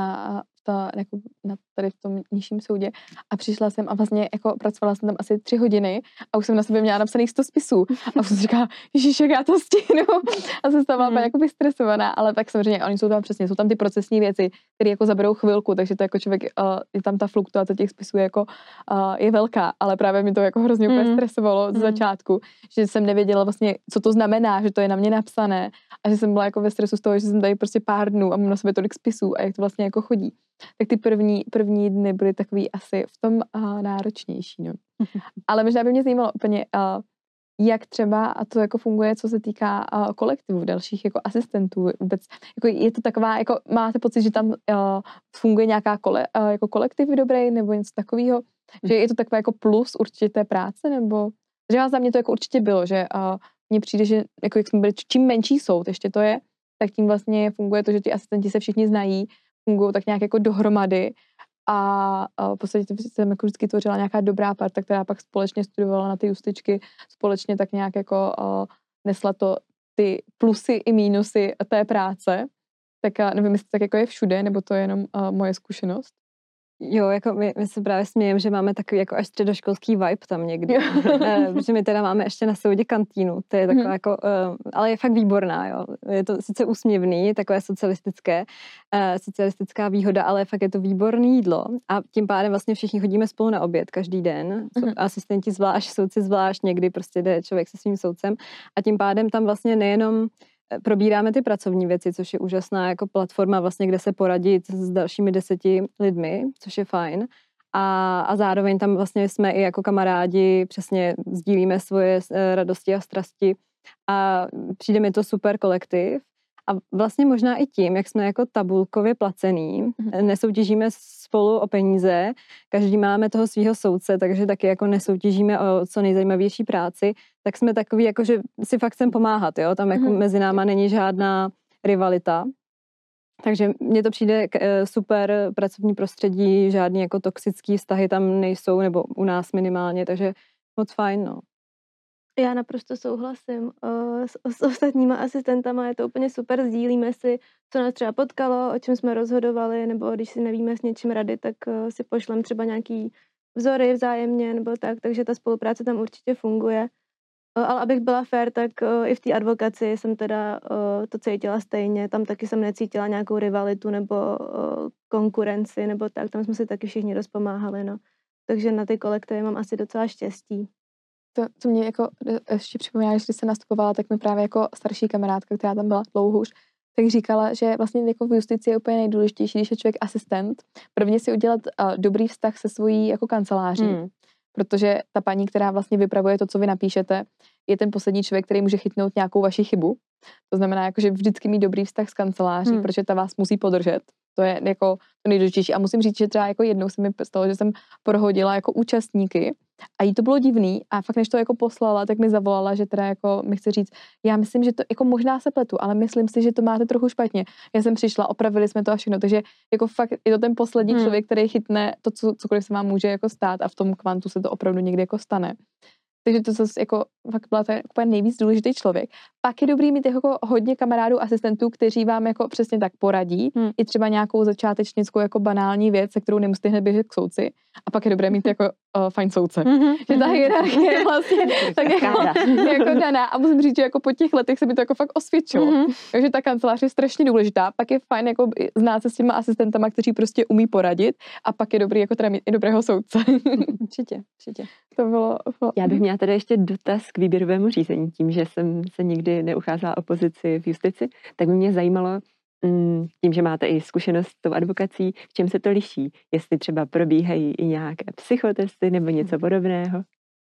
tady v tom nižším soudě a přišla jsem a vlastně jako pracovala jsem tam asi 3 hodiny a už jsem na sebe měla napsaných 100 spisů a už jsem si říkala, ježiš, jak já to stihnu a jsem stala jako vystresovaná, ale tak samozřejmě oni jsou tam přesně, jsou tam ty procesní věci, které jako zaberou chvilku, takže to jako člověk, je tam ta fluktuace těch spisů jako je velká, ale právě mi to jako hrozně úplně stresovalo z začátku, že jsem nevěděla vlastně, co to znamená, že to je na mě napsané a že jsem byla jako ve stresu z toho, že jsem tady prostě pár dnů a mám na sebe tolik spisů a jak to vlastně jako chodí. Tak ty první dny byly takový asi v tom náročnější. No. Ale možná by mě zajímalo úplně, jak třeba a to jako funguje, co se týká kolektivu, dalších jako asistentů. Vůbec, jako je to taková, jako máte pocit, že tam funguje nějaká jako kolektiv dobrý nebo něco takového? Že je to takové jako plus určitě té práce? Nebo, že za mě to jako určitě bylo, že mně přijde, že jako jak jsme byli, čím menší soud ještě to je, tak tím vlastně funguje to, že ti asistenti se všichni znají, fungují tak nějak jako dohromady a v podstatě jsem jako vždycky tvořila nějaká dobrá parta, která pak společně studovala na ty justičky, společně tak nějak jako nesla to ty plusy i mínusy té práce. Tak nevím, jestli tak jako je všude, nebo to je jenom moje zkušenost. Jo, jako my se právě smějeme, že máme takový jako až středoškolský vibe tam někdy, protože my teda máme ještě na soudě kantýnu, to je taková jako, ale je fakt výborná, jo. Je to sice úsměvný, takové socialistická výhoda, ale fakt je to výborné jídlo a tím pádem vlastně všichni chodíme spolu na oběd každý den, asistenti zvlášť, soudci zvlášť, někdy prostě jde člověk se svým soudcem a tím pádem tam vlastně nejenom probíráme ty pracovní věci, což je úžasná jako platforma, vlastně, kde se poradit s dalšími 10 lidmi, což je fajn. A zároveň tam vlastně jsme i jako kamarádi, přesně sdílíme svoje radosti a strasti a přijde mi to super kolektiv. A vlastně možná i tím, jak jsme jako tabulkově placený, nesoutěžíme spolu o peníze, každý máme toho svého soudce, takže taky jako nesoutěžíme o co nejzajímavější práci, tak jsme takový, jako že si fakt chcem pomáhat, jo, tam jako mezi náma není žádná rivalita. Takže mně to přijde super pracovní prostředí, žádný jako toxický vztahy tam nejsou, nebo u nás minimálně, takže moc fajn, no. Já naprosto souhlasím s ostatníma asistentama, je to úplně super, sdílíme si, co nás třeba potkalo, o čem jsme rozhodovali, nebo když si nevíme s něčím rady, tak si pošlem třeba nějaký vzory vzájemně, nebo tak, takže ta spolupráce tam určitě funguje. Ale abych byla fair, tak i v té advokaci jsem teda to cítila stejně, tam taky jsem necítila nějakou rivalitu nebo konkurenci, nebo tak, tam jsme si taky všichni dost pomáhali, no. Takže na ty kolektivy mám asi docela štěstí. To mě jako ještě připomíná, že když jsem nastupovala, tak mi právě jako starší kamarádka, která tam byla dlouho už, tak říkala, že vlastně jako v justici je úplně nejdůležitější, když je člověk asistent, prvně si udělat dobrý vztah se svojí jako kanceláří, protože ta paní, která vlastně vypravuje to, co vy napíšete, je ten poslední člověk, který může chytnout nějakou vaši chybu. To znamená, jako, že vždycky mít dobrý vztah s kanceláří, protože ta vás musí podržet. To je jako to nejdůležitější. A musím říct, že třeba jako jednou se mi stalo, že jsem prohodila jako účastníky a jí to bylo divný a fakt než to jako poslala, tak mi zavolala, že teda jako mi chce říct, já myslím, že to jako možná se pletu, ale myslím si, že to máte trochu špatně. Já jsem přišla, opravili jsme to a všechno, takže jako fakt je to ten poslední člověk, který chytne to, cokoliv se vám může jako stát a v tom kvantu se to opravdu někdy jako stane. Takže to zase jako fakt byla to úplně nejvíc důležitý člověk. Pak je dobrý mít jako hodně kamarádů, asistentů, kteří vám jako přesně tak poradí. I třeba nějakou začátečnickou jako banální věc, se kterou nemusíte hned běžet k soudci. A pak je dobré mít jako fajn soudce. Že ta hierarchie je vlastně tak jako daná. A musím říct, že jako po těch letech se mi to jako fakt osvědčilo. Takže ta kancelář je strašně důležitá. Pak je fajn jako znát se s těma asistentama, kteří prostě umí poradit. A pak je dobrý jako teda mít i dobrého soudce. Určitě. To bylo. Já bych měla tady ještě dotaz k výběrovému řízení. Tím, že jsem se nikdy neucházela o pozici v justici, tak by mě zajímalo, tím, že máte i zkušenost s tou advokací, v čem se to liší? Jestli třeba probíhají i nějaké psychotesty nebo něco podobného?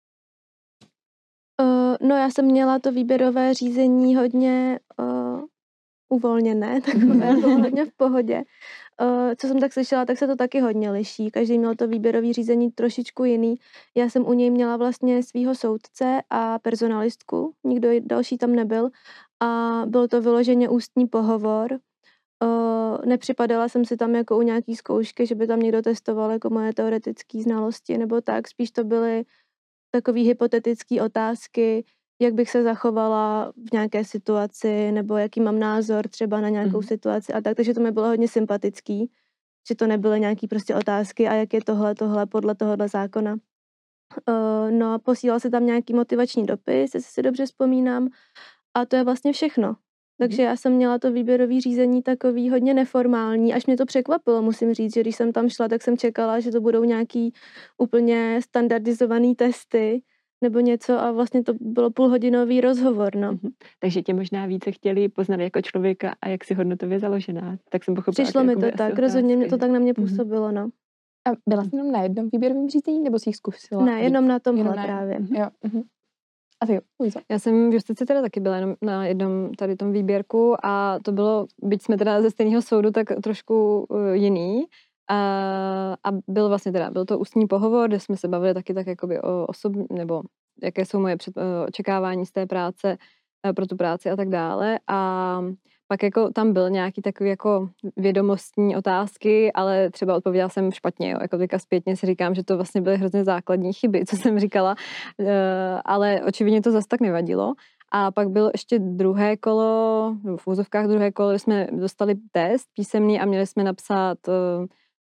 No já jsem měla to výběrové řízení hodně uvolněné, takové bylo hodně v pohodě. Co jsem tak slyšela, tak se to taky hodně liší. Každý měl to výběrové řízení trošičku jiný. Já jsem u něj měla vlastně svýho soudce a personalistku. Nikdo další tam nebyl. A byl to vyloženě ústní pohovor. Nepřipadala jsem si tam jako u nějaký zkoušky, že by tam někdo testoval jako moje teoretické znalosti nebo tak. Spíš to byly takové hypotetické otázky, jak bych se zachovala v nějaké situaci, nebo jaký mám názor třeba na nějakou situaci a tak, takže to mi bylo hodně sympatický, že to nebyly nějaký prostě otázky a jak je tohle podle tohohle zákona. No a posílal se tam nějaký motivační dopis, jestli si dobře vzpomínám, a to je vlastně všechno. Takže já jsem měla to výběrové řízení takový hodně neformální, až mě to překvapilo, musím říct, že když jsem tam šla, tak jsem čekala, že to budou nějaký úplně standardizovaný testy, nebo něco a vlastně to bylo půlhodinový rozhovor, no. Takže tě možná více chtěli poznat jako člověka a jak jsi hodnotově založená. Tak jsem pochopila. Přišlo mi to tak, rozhodně mě to tak na mě působilo, no. A byla jsi jenom na jednom výběrovém řízení, nebo jsi jich zkusila? Ne, jenom na tomhle právě. Jo. A ty jo, Luisa. Já jsem v justici teda taky byla jenom na jednom tady tom výběrku a to bylo, byť jsme teda ze stejného soudu, tak trošku jiný. A byl to ústní pohovor, kde jsme se bavili taky tak jakoby o osobní, nebo jaké jsou moje očekávání z té práce pro tu práci a tak dále. A pak jako tam byl nějaký takový jako vědomostní otázky, ale třeba odpověděla jsem špatně, jo. Jako teďka zpětně si říkám, že to vlastně byly hrozně základní chyby, co jsem říkala, ale očividně to zas tak nevadilo. A pak bylo ještě druhé kolo, nebo v úzovkách druhé kolo, kde jsme dostali test písemný a měli jsme napsat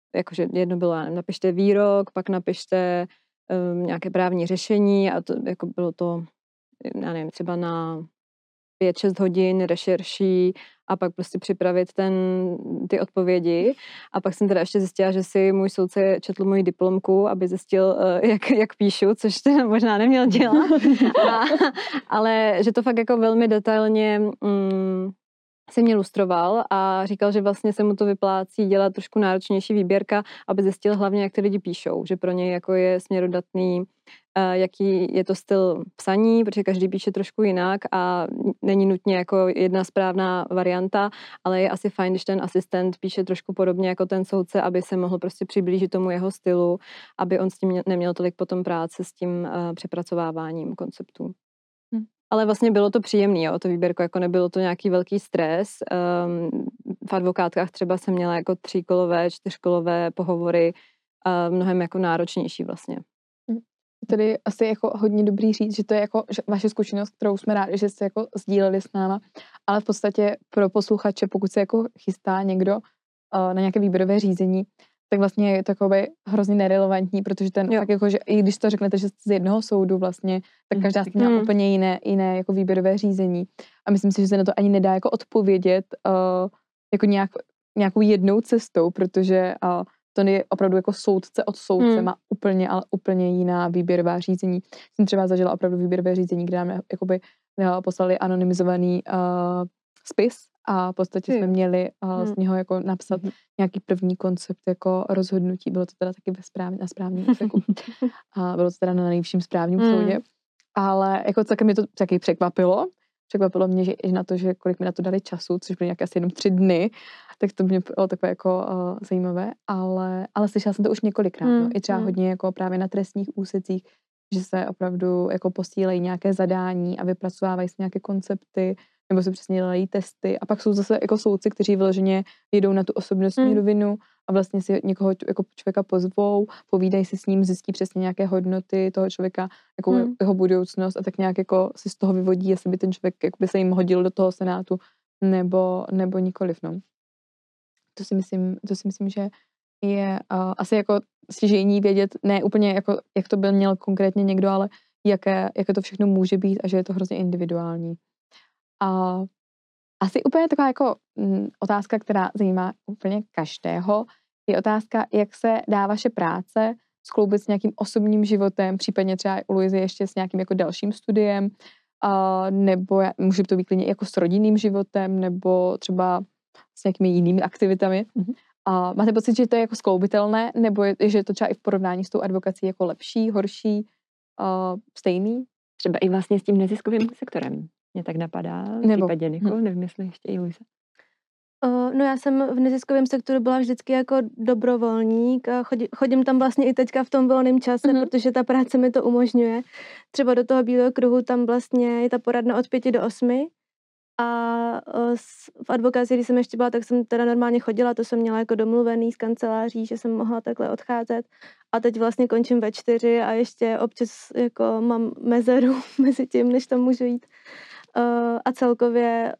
jakože jedno bylo, napište výrok, pak napište nějaké právní řešení a to jako bylo to, já nevím, třeba na 5-6 hodin rešerší a pak prostě připravit ty odpovědi. A pak jsem teda ještě zjistila, že si můj soudce četl moji diplomku, aby zjistil, jak píšu, což teda možná neměl dělat. Ale že to fakt jako velmi detailně se mě lustroval a říkal, že vlastně se mu to vyplácí dělat trošku náročnější výběrka, aby zjistil hlavně, jak ty lidi píšou, že pro něj jako je směrodatný, jaký je to styl psaní, protože každý píše trošku jinak a není nutně jako jedna správná varianta, ale je asi fajn, když ten asistent píše trošku podobně jako ten soudce, aby se mohl prostě přiblížit tomu jeho stylu, aby on s tím neměl tolik potom práce s tím přepracováváním konceptů. Ale vlastně bylo to příjemný, jo, to výběrko, jako nebylo to nějaký velký stres. V advokátkách třeba jsem měla jako 3kolové, 4kolové pohovory, mnohem jako náročnější vlastně. Tedy asi jako hodně dobrý říct, že to je jako vaše zkušenost, kterou jsme rádi, že jste jako sdíleli s náma, ale v podstatě pro posluchače, pokud se jako chystá někdo na nějaké výběrové řízení, tak vlastně je to hrozně nerelevantní, protože tak jako, že i když to řeknete, že jste z jednoho soudu vlastně, tak každá z měla úplně jiné jako výběrové řízení. A myslím si, že se na to ani nedá jako odpovědět jako nějakou jednou cestou, protože to je opravdu jako soudce od soudce, má ale úplně jiná výběrová řízení. Jsem třeba zažila opravdu výběrové řízení, kde nám jakoby poslali anonymizovaný spis a v podstatě jsme měli z něho jako napsat nějaký první koncept jako rozhodnutí. Bylo to teda taky na správním úseku. A bylo to teda na nejvyšším správním soudě. Ale jako celkem mě to taky překvapilo. Překvapilo mě, že i na to, že kolik mi na to dali času, což byly nějaké asi jenom 3 dny, tak to mě bylo takové jako zajímavé, ale slyšela jsem to už několikrát, no, i třeba hodně jako právě na trestních úsecích, že se opravdu jako posílají nějaké zadání a vypracovávají si nějaké koncepty, nebo se přesně dělají testy a pak jsou zase jako soudci, kteří vyloženě jedou na tu osobnostní rovinu a vlastně si někoho jako člověka pozvou, povídají si s ním, zjistí přesně nějaké hodnoty toho člověka, jako jeho budoucnost a tak nějak jako si z toho vyvodí, jestli by ten člověk jako by se jim hodil do toho senátu nebo nikoliv, no. To si myslím, že je asi jako stěžejní vědět, ne úplně jako, jak to byl měl konkrétně někdo, ale jaké to všechno může být a že je to hrozně individuální. A asi úplně taková jako otázka, která zajímá úplně každého, je otázka, jak se dá vaše práce skloubit s nějakým osobním životem, případně třeba u Luizy ještě s nějakým jako dalším studiem, nebo může to být klidně jako s rodinným životem, nebo třeba s nějakými jinými aktivitami. A máte pocit, že to je jako skloubitelné, nebo že je to třeba i v porovnání s tou advokací jako lepší, horší, stejný? Třeba i vlastně s tím neziskovým sektorem. Mě tak napadá, v případě Nikol, nevím, jestli ještě i Luisa. No já jsem v neziskovém sektoru byla vždycky jako dobrovolník a chodím tam vlastně i teďka v tom volném čase, protože ta práce mi to umožňuje. Třeba do toho Bílého kruhu tam vlastně je ta poradna od 5 do 8 a v advokaci, když jsem ještě byla, tak jsem teda normálně chodila, to jsem měla jako domluvený s kanceláří, že jsem mohla takhle odcházet a teď vlastně končím ve 4 a ještě občas jako mám mezeru mezi tím, než tam můžu jít. A celkově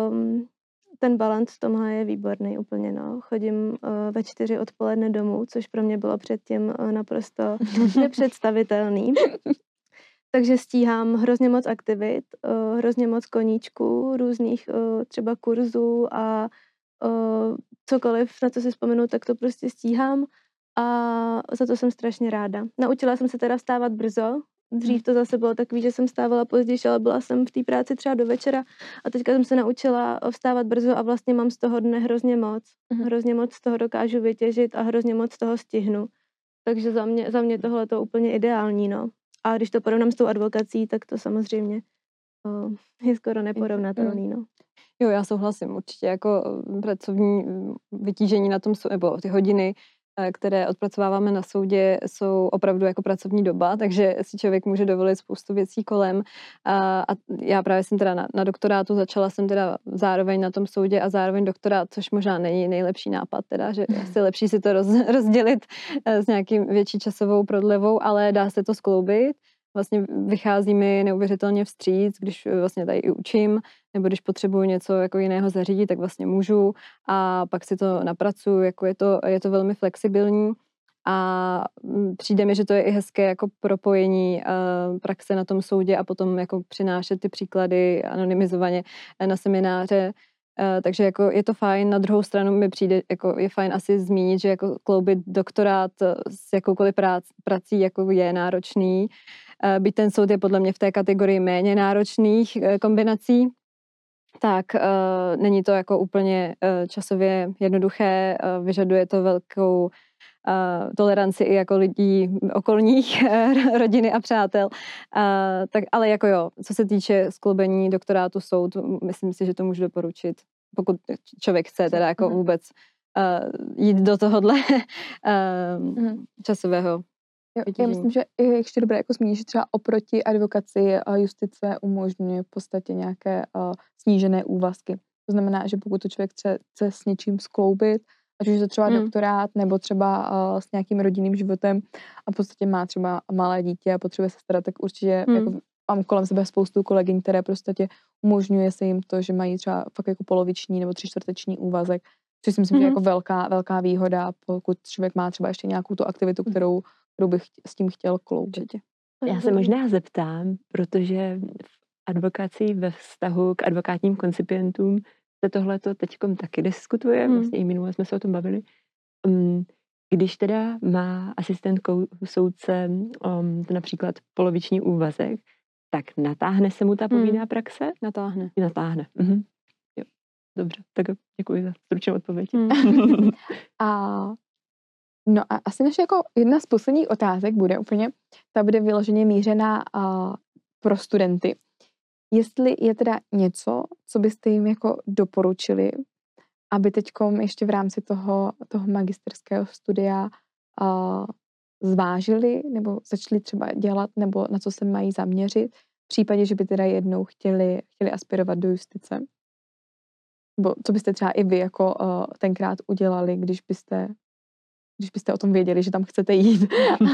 ten balans v tomhle je výborný úplně, no. Chodím ve 4 odpoledne domů, což pro mě bylo předtím naprosto nepředstavitelný. Takže stíhám hrozně moc aktivit, hrozně moc koníčků, různých třeba kurzů a cokoliv, na co si vzpomenu, tak to prostě stíhám a za to jsem strašně ráda. Naučila jsem se teda vstávat brzo. Dřív to zase bylo takový, že jsem stávala později, ale byla jsem v té práci třeba do večera a teďka jsem se naučila vstávat brzo a vlastně mám z toho dne hrozně moc. Hrozně moc z toho dokážu vytěžit a hrozně moc z toho stihnu. Takže za mě tohle je to úplně ideální, no. A když to porovnám s tou advokací, tak to samozřejmě je skoro neporovnatelný, no. Jo, já souhlasím. Určitě jako pracovní vytížení na tom, nebo ty hodiny, které odpracováváme na soudě, jsou opravdu jako pracovní doba, takže si člověk může dovolit spoustu věcí kolem. A já právě jsem teda na doktorátu, začala jsem teda zároveň na tom soudě a zároveň doktorát, což možná není nejlepší nápad, teda, že asi lepší si to rozdělit s nějakým větší časovou prodlevou, ale dá se to skloubit. Vlastně vychází mi neuvěřitelně vstříc, když vlastně tady i učím, nebo když potřebuji něco jako jiného zařídit, tak vlastně můžu a pak si to napracuju, jako je to velmi flexibilní. A přijde mi, že to je i hezké jako propojení praxe na tom soudě a potom jako přinášet ty příklady anonymizovaně na semináře. Takže jako je to fajn. Na druhou stranu mi přijde, jako je fajn asi zmínit, že jako kloubit doktorát s jakoukoliv prací jako je náročný. Byť ten soud je podle mě v té kategorii méně náročných kombinací, tak není to jako úplně časově jednoduché, vyžaduje to velkou toleranci i jako lidí okolních, rodiny a přátel. Tak, ale jako jo, co se týče skloubení doktorátu soud, myslím si, že to můžu doporučit, pokud člověk chce teda jako vůbec jít do tohohle časového vytížení. Já myslím, že je ještě dobré jako zmínit, že třeba oproti advokaci justice umožňuje v podstatě nějaké snížené úvazky. To znamená, že pokud to člověk chce s něčím skloubit, ať už je to třeba doktorát, nebo třeba s nějakým rodinným životem a v podstatě má třeba malé dítě a potřebuje se starat, tak určitě jako mám kolem sebe spoustu kolegyň, které prostě umožňuje se jim to, že mají třeba fakt jako poloviční nebo 3/4 úvazek, což si myslím, že je jako velká výhoda, pokud člověk má třeba ještě nějakou tu aktivitu, kterou bych s tím chtěl kloubit. Já se možná zeptám, protože v advokaci ve vztahu k advokátním koncipientům se tohleto teďkom taky diskutuje, vlastně i minule jsme se o tom bavili. Když teda má asistentkou soudce například poloviční úvazek, tak natáhne se mu ta povinná praxe? Natáhne. Jo. Dobře, tak děkuji za stručnou odpověď. No a asi naše jako jedna z posledních otázek bude vyloženě mířená pro studenty. Jestli je teda něco, co byste jim jako doporučili, aby teďkom ještě v rámci toho magisterského studia zvážili nebo začali třeba dělat, nebo na co se mají zaměřit, v případě, že by teda jednou chtěli aspirovat do justice. Nebo co byste třeba i vy jako tenkrát udělali, když byste o tom věděli, že tam chcete jít.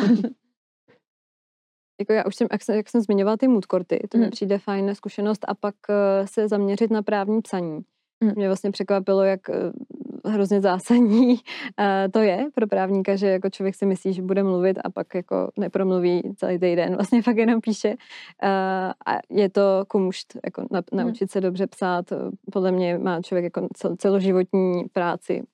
Jako já už jak jsem zmiňovala ty mood courty, to mi přijde fajn zkušenost a pak se zaměřit na právní psaní. Mě vlastně překvapilo, jak hrozně zásadní to je pro právníka, že jako člověk si myslí, že bude mluvit a pak jako nepromluví celý týden, vlastně fakt jenom píše. A je to kumšt, jako naučit se dobře psát. Podle mě má člověk jako celoživotní práci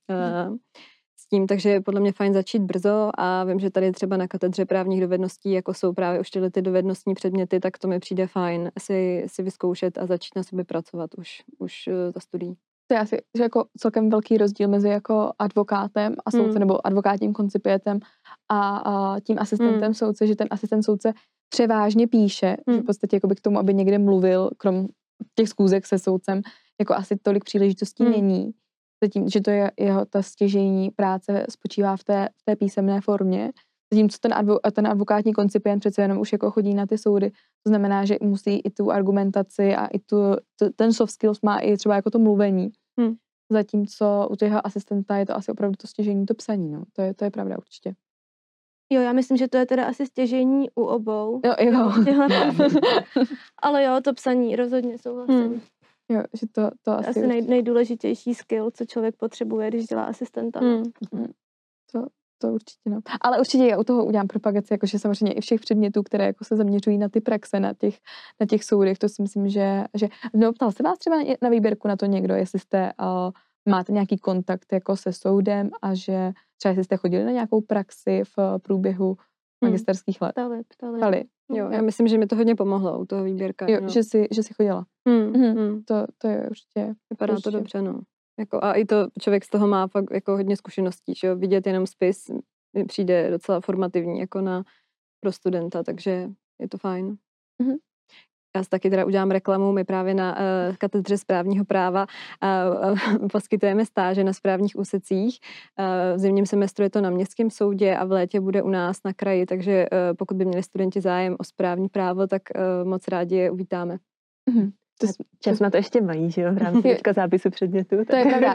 s tím, takže je podle mě fajn začít brzo a vím, že tady třeba na katedře právních dovedností, jako jsou právě už ty dovednostní předměty, tak to mi přijde fajn si vyzkoušet a začít na sobě pracovat už za studií. To je asi že jako celkem velký rozdíl mezi jako advokátem a soudce nebo advokátním koncipientem a tím asistentem soudce, že ten asistent soudce převážně píše, že v podstatě jako by k tomu, aby někde mluvil, krom těch schůzek se soudcem, jako asi tolik příležitostí není. Zatím, že to je jeho ta stěžejní práce spočívá v té písemné formě. Zatímco ten advokátní koncipient přece jenom už jako chodí na ty soudy. To znamená, že musí i tu argumentaci a i ten soft skills má i třeba jako to mluvení. Zatímco u toho asistenta je to asi opravdu to stěžejní, to psaní. No. To je pravda určitě. Jo, já myslím, že to je teda asi stěžejní u obou. Jo. Ale jo, to psaní rozhodně souhlasím. Jo, že to asi nejdůležitější skill, co člověk potřebuje, když dělá asistenta. To určitě, no. Ale určitě já u toho udělám propagaci, jakože samozřejmě i všech předmětů, které jako se zaměřují na ty praxe, na těch soudech, to si myslím, že no, ptal se vás třeba na výběrku na to někdo, jestli jste máte nějaký kontakt jako se soudem a že třeba jestli jste chodili na nějakou praxi v průběhu magisterských let. Ptali. Jo, já myslím, že mi to hodně pomohlo u toho výběrka. Jo, že jsi chodila. To je určitě. Vypadá to dobře, no. Jako, a i to člověk z toho má fakt jako hodně zkušeností, že jo? Vidět jenom spis mi přijde docela formativní jako pro studenta, takže je to fajn. Já si taky teda udělám reklamu, my právě na katedře správního práva poskytujeme stáže na správních úsecích. V zimním semestru je to na Městském soudě a v létě bude u nás na kraji, takže pokud by měli studenti zájem o správní právo, tak moc rádi je uvítáme. Čas na to ještě mají, že jo, v rámci zápisu předmětu. To je pravda.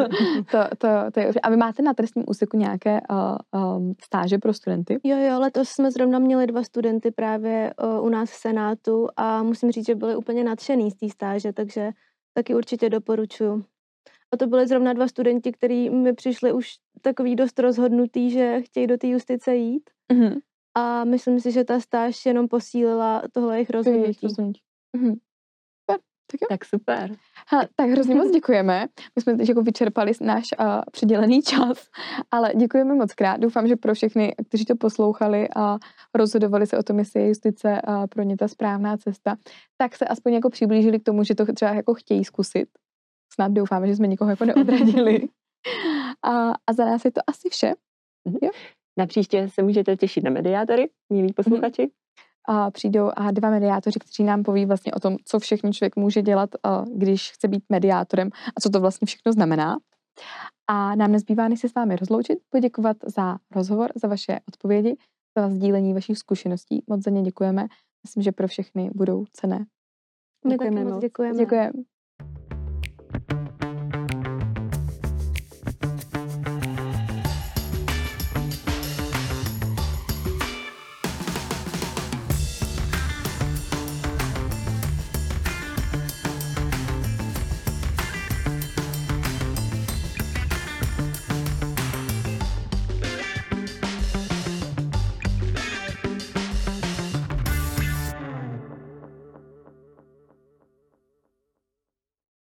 to je. A vy máte na trestním úseku nějaké stáže pro studenty? Jo, letos jsme zrovna měli 2 studenty právě u nás v Senátu a musím říct, že byli úplně nadšený z té stáže, takže taky určitě doporučuju. A to byly zrovna 2 studenti, kteří mi přišli už takový dost rozhodnutý, že chtějí do té justice jít. Mhm. A myslím si, že ta stáž jenom posílila tohle jejich rozhodnutí. Mhm. Super, tak jo. Tak super. Tak hrozně moc děkujeme. My jsme teď jako vyčerpali náš přidělený čas, ale děkujeme moc krát. Doufám, že pro všechny, kteří to poslouchali a rozhodovali se o tom, jestli je justice pro ně ta správná cesta, tak se aspoň jako přiblížili k tomu, že to třeba jako chtějí zkusit. Snad doufáme, že jsme nikoho jako neodradili. A za nás je to asi vše. Jo? Na příště se můžete těšit na mediátory, milí posluchači. Přijdou 2 mediátoři, kteří nám poví vlastně o tom, co všechno člověk může dělat, když chce být mediátorem a co to vlastně všechno znamená. A nám nezbývá, než se s vámi rozloučit, poděkovat za rozhovor, za vaše odpovědi, za sdílení vašich zkušeností. Moc za ně děkujeme. Myslím, že pro všechny budou cenné. My taky moc děkujeme. Děkujeme.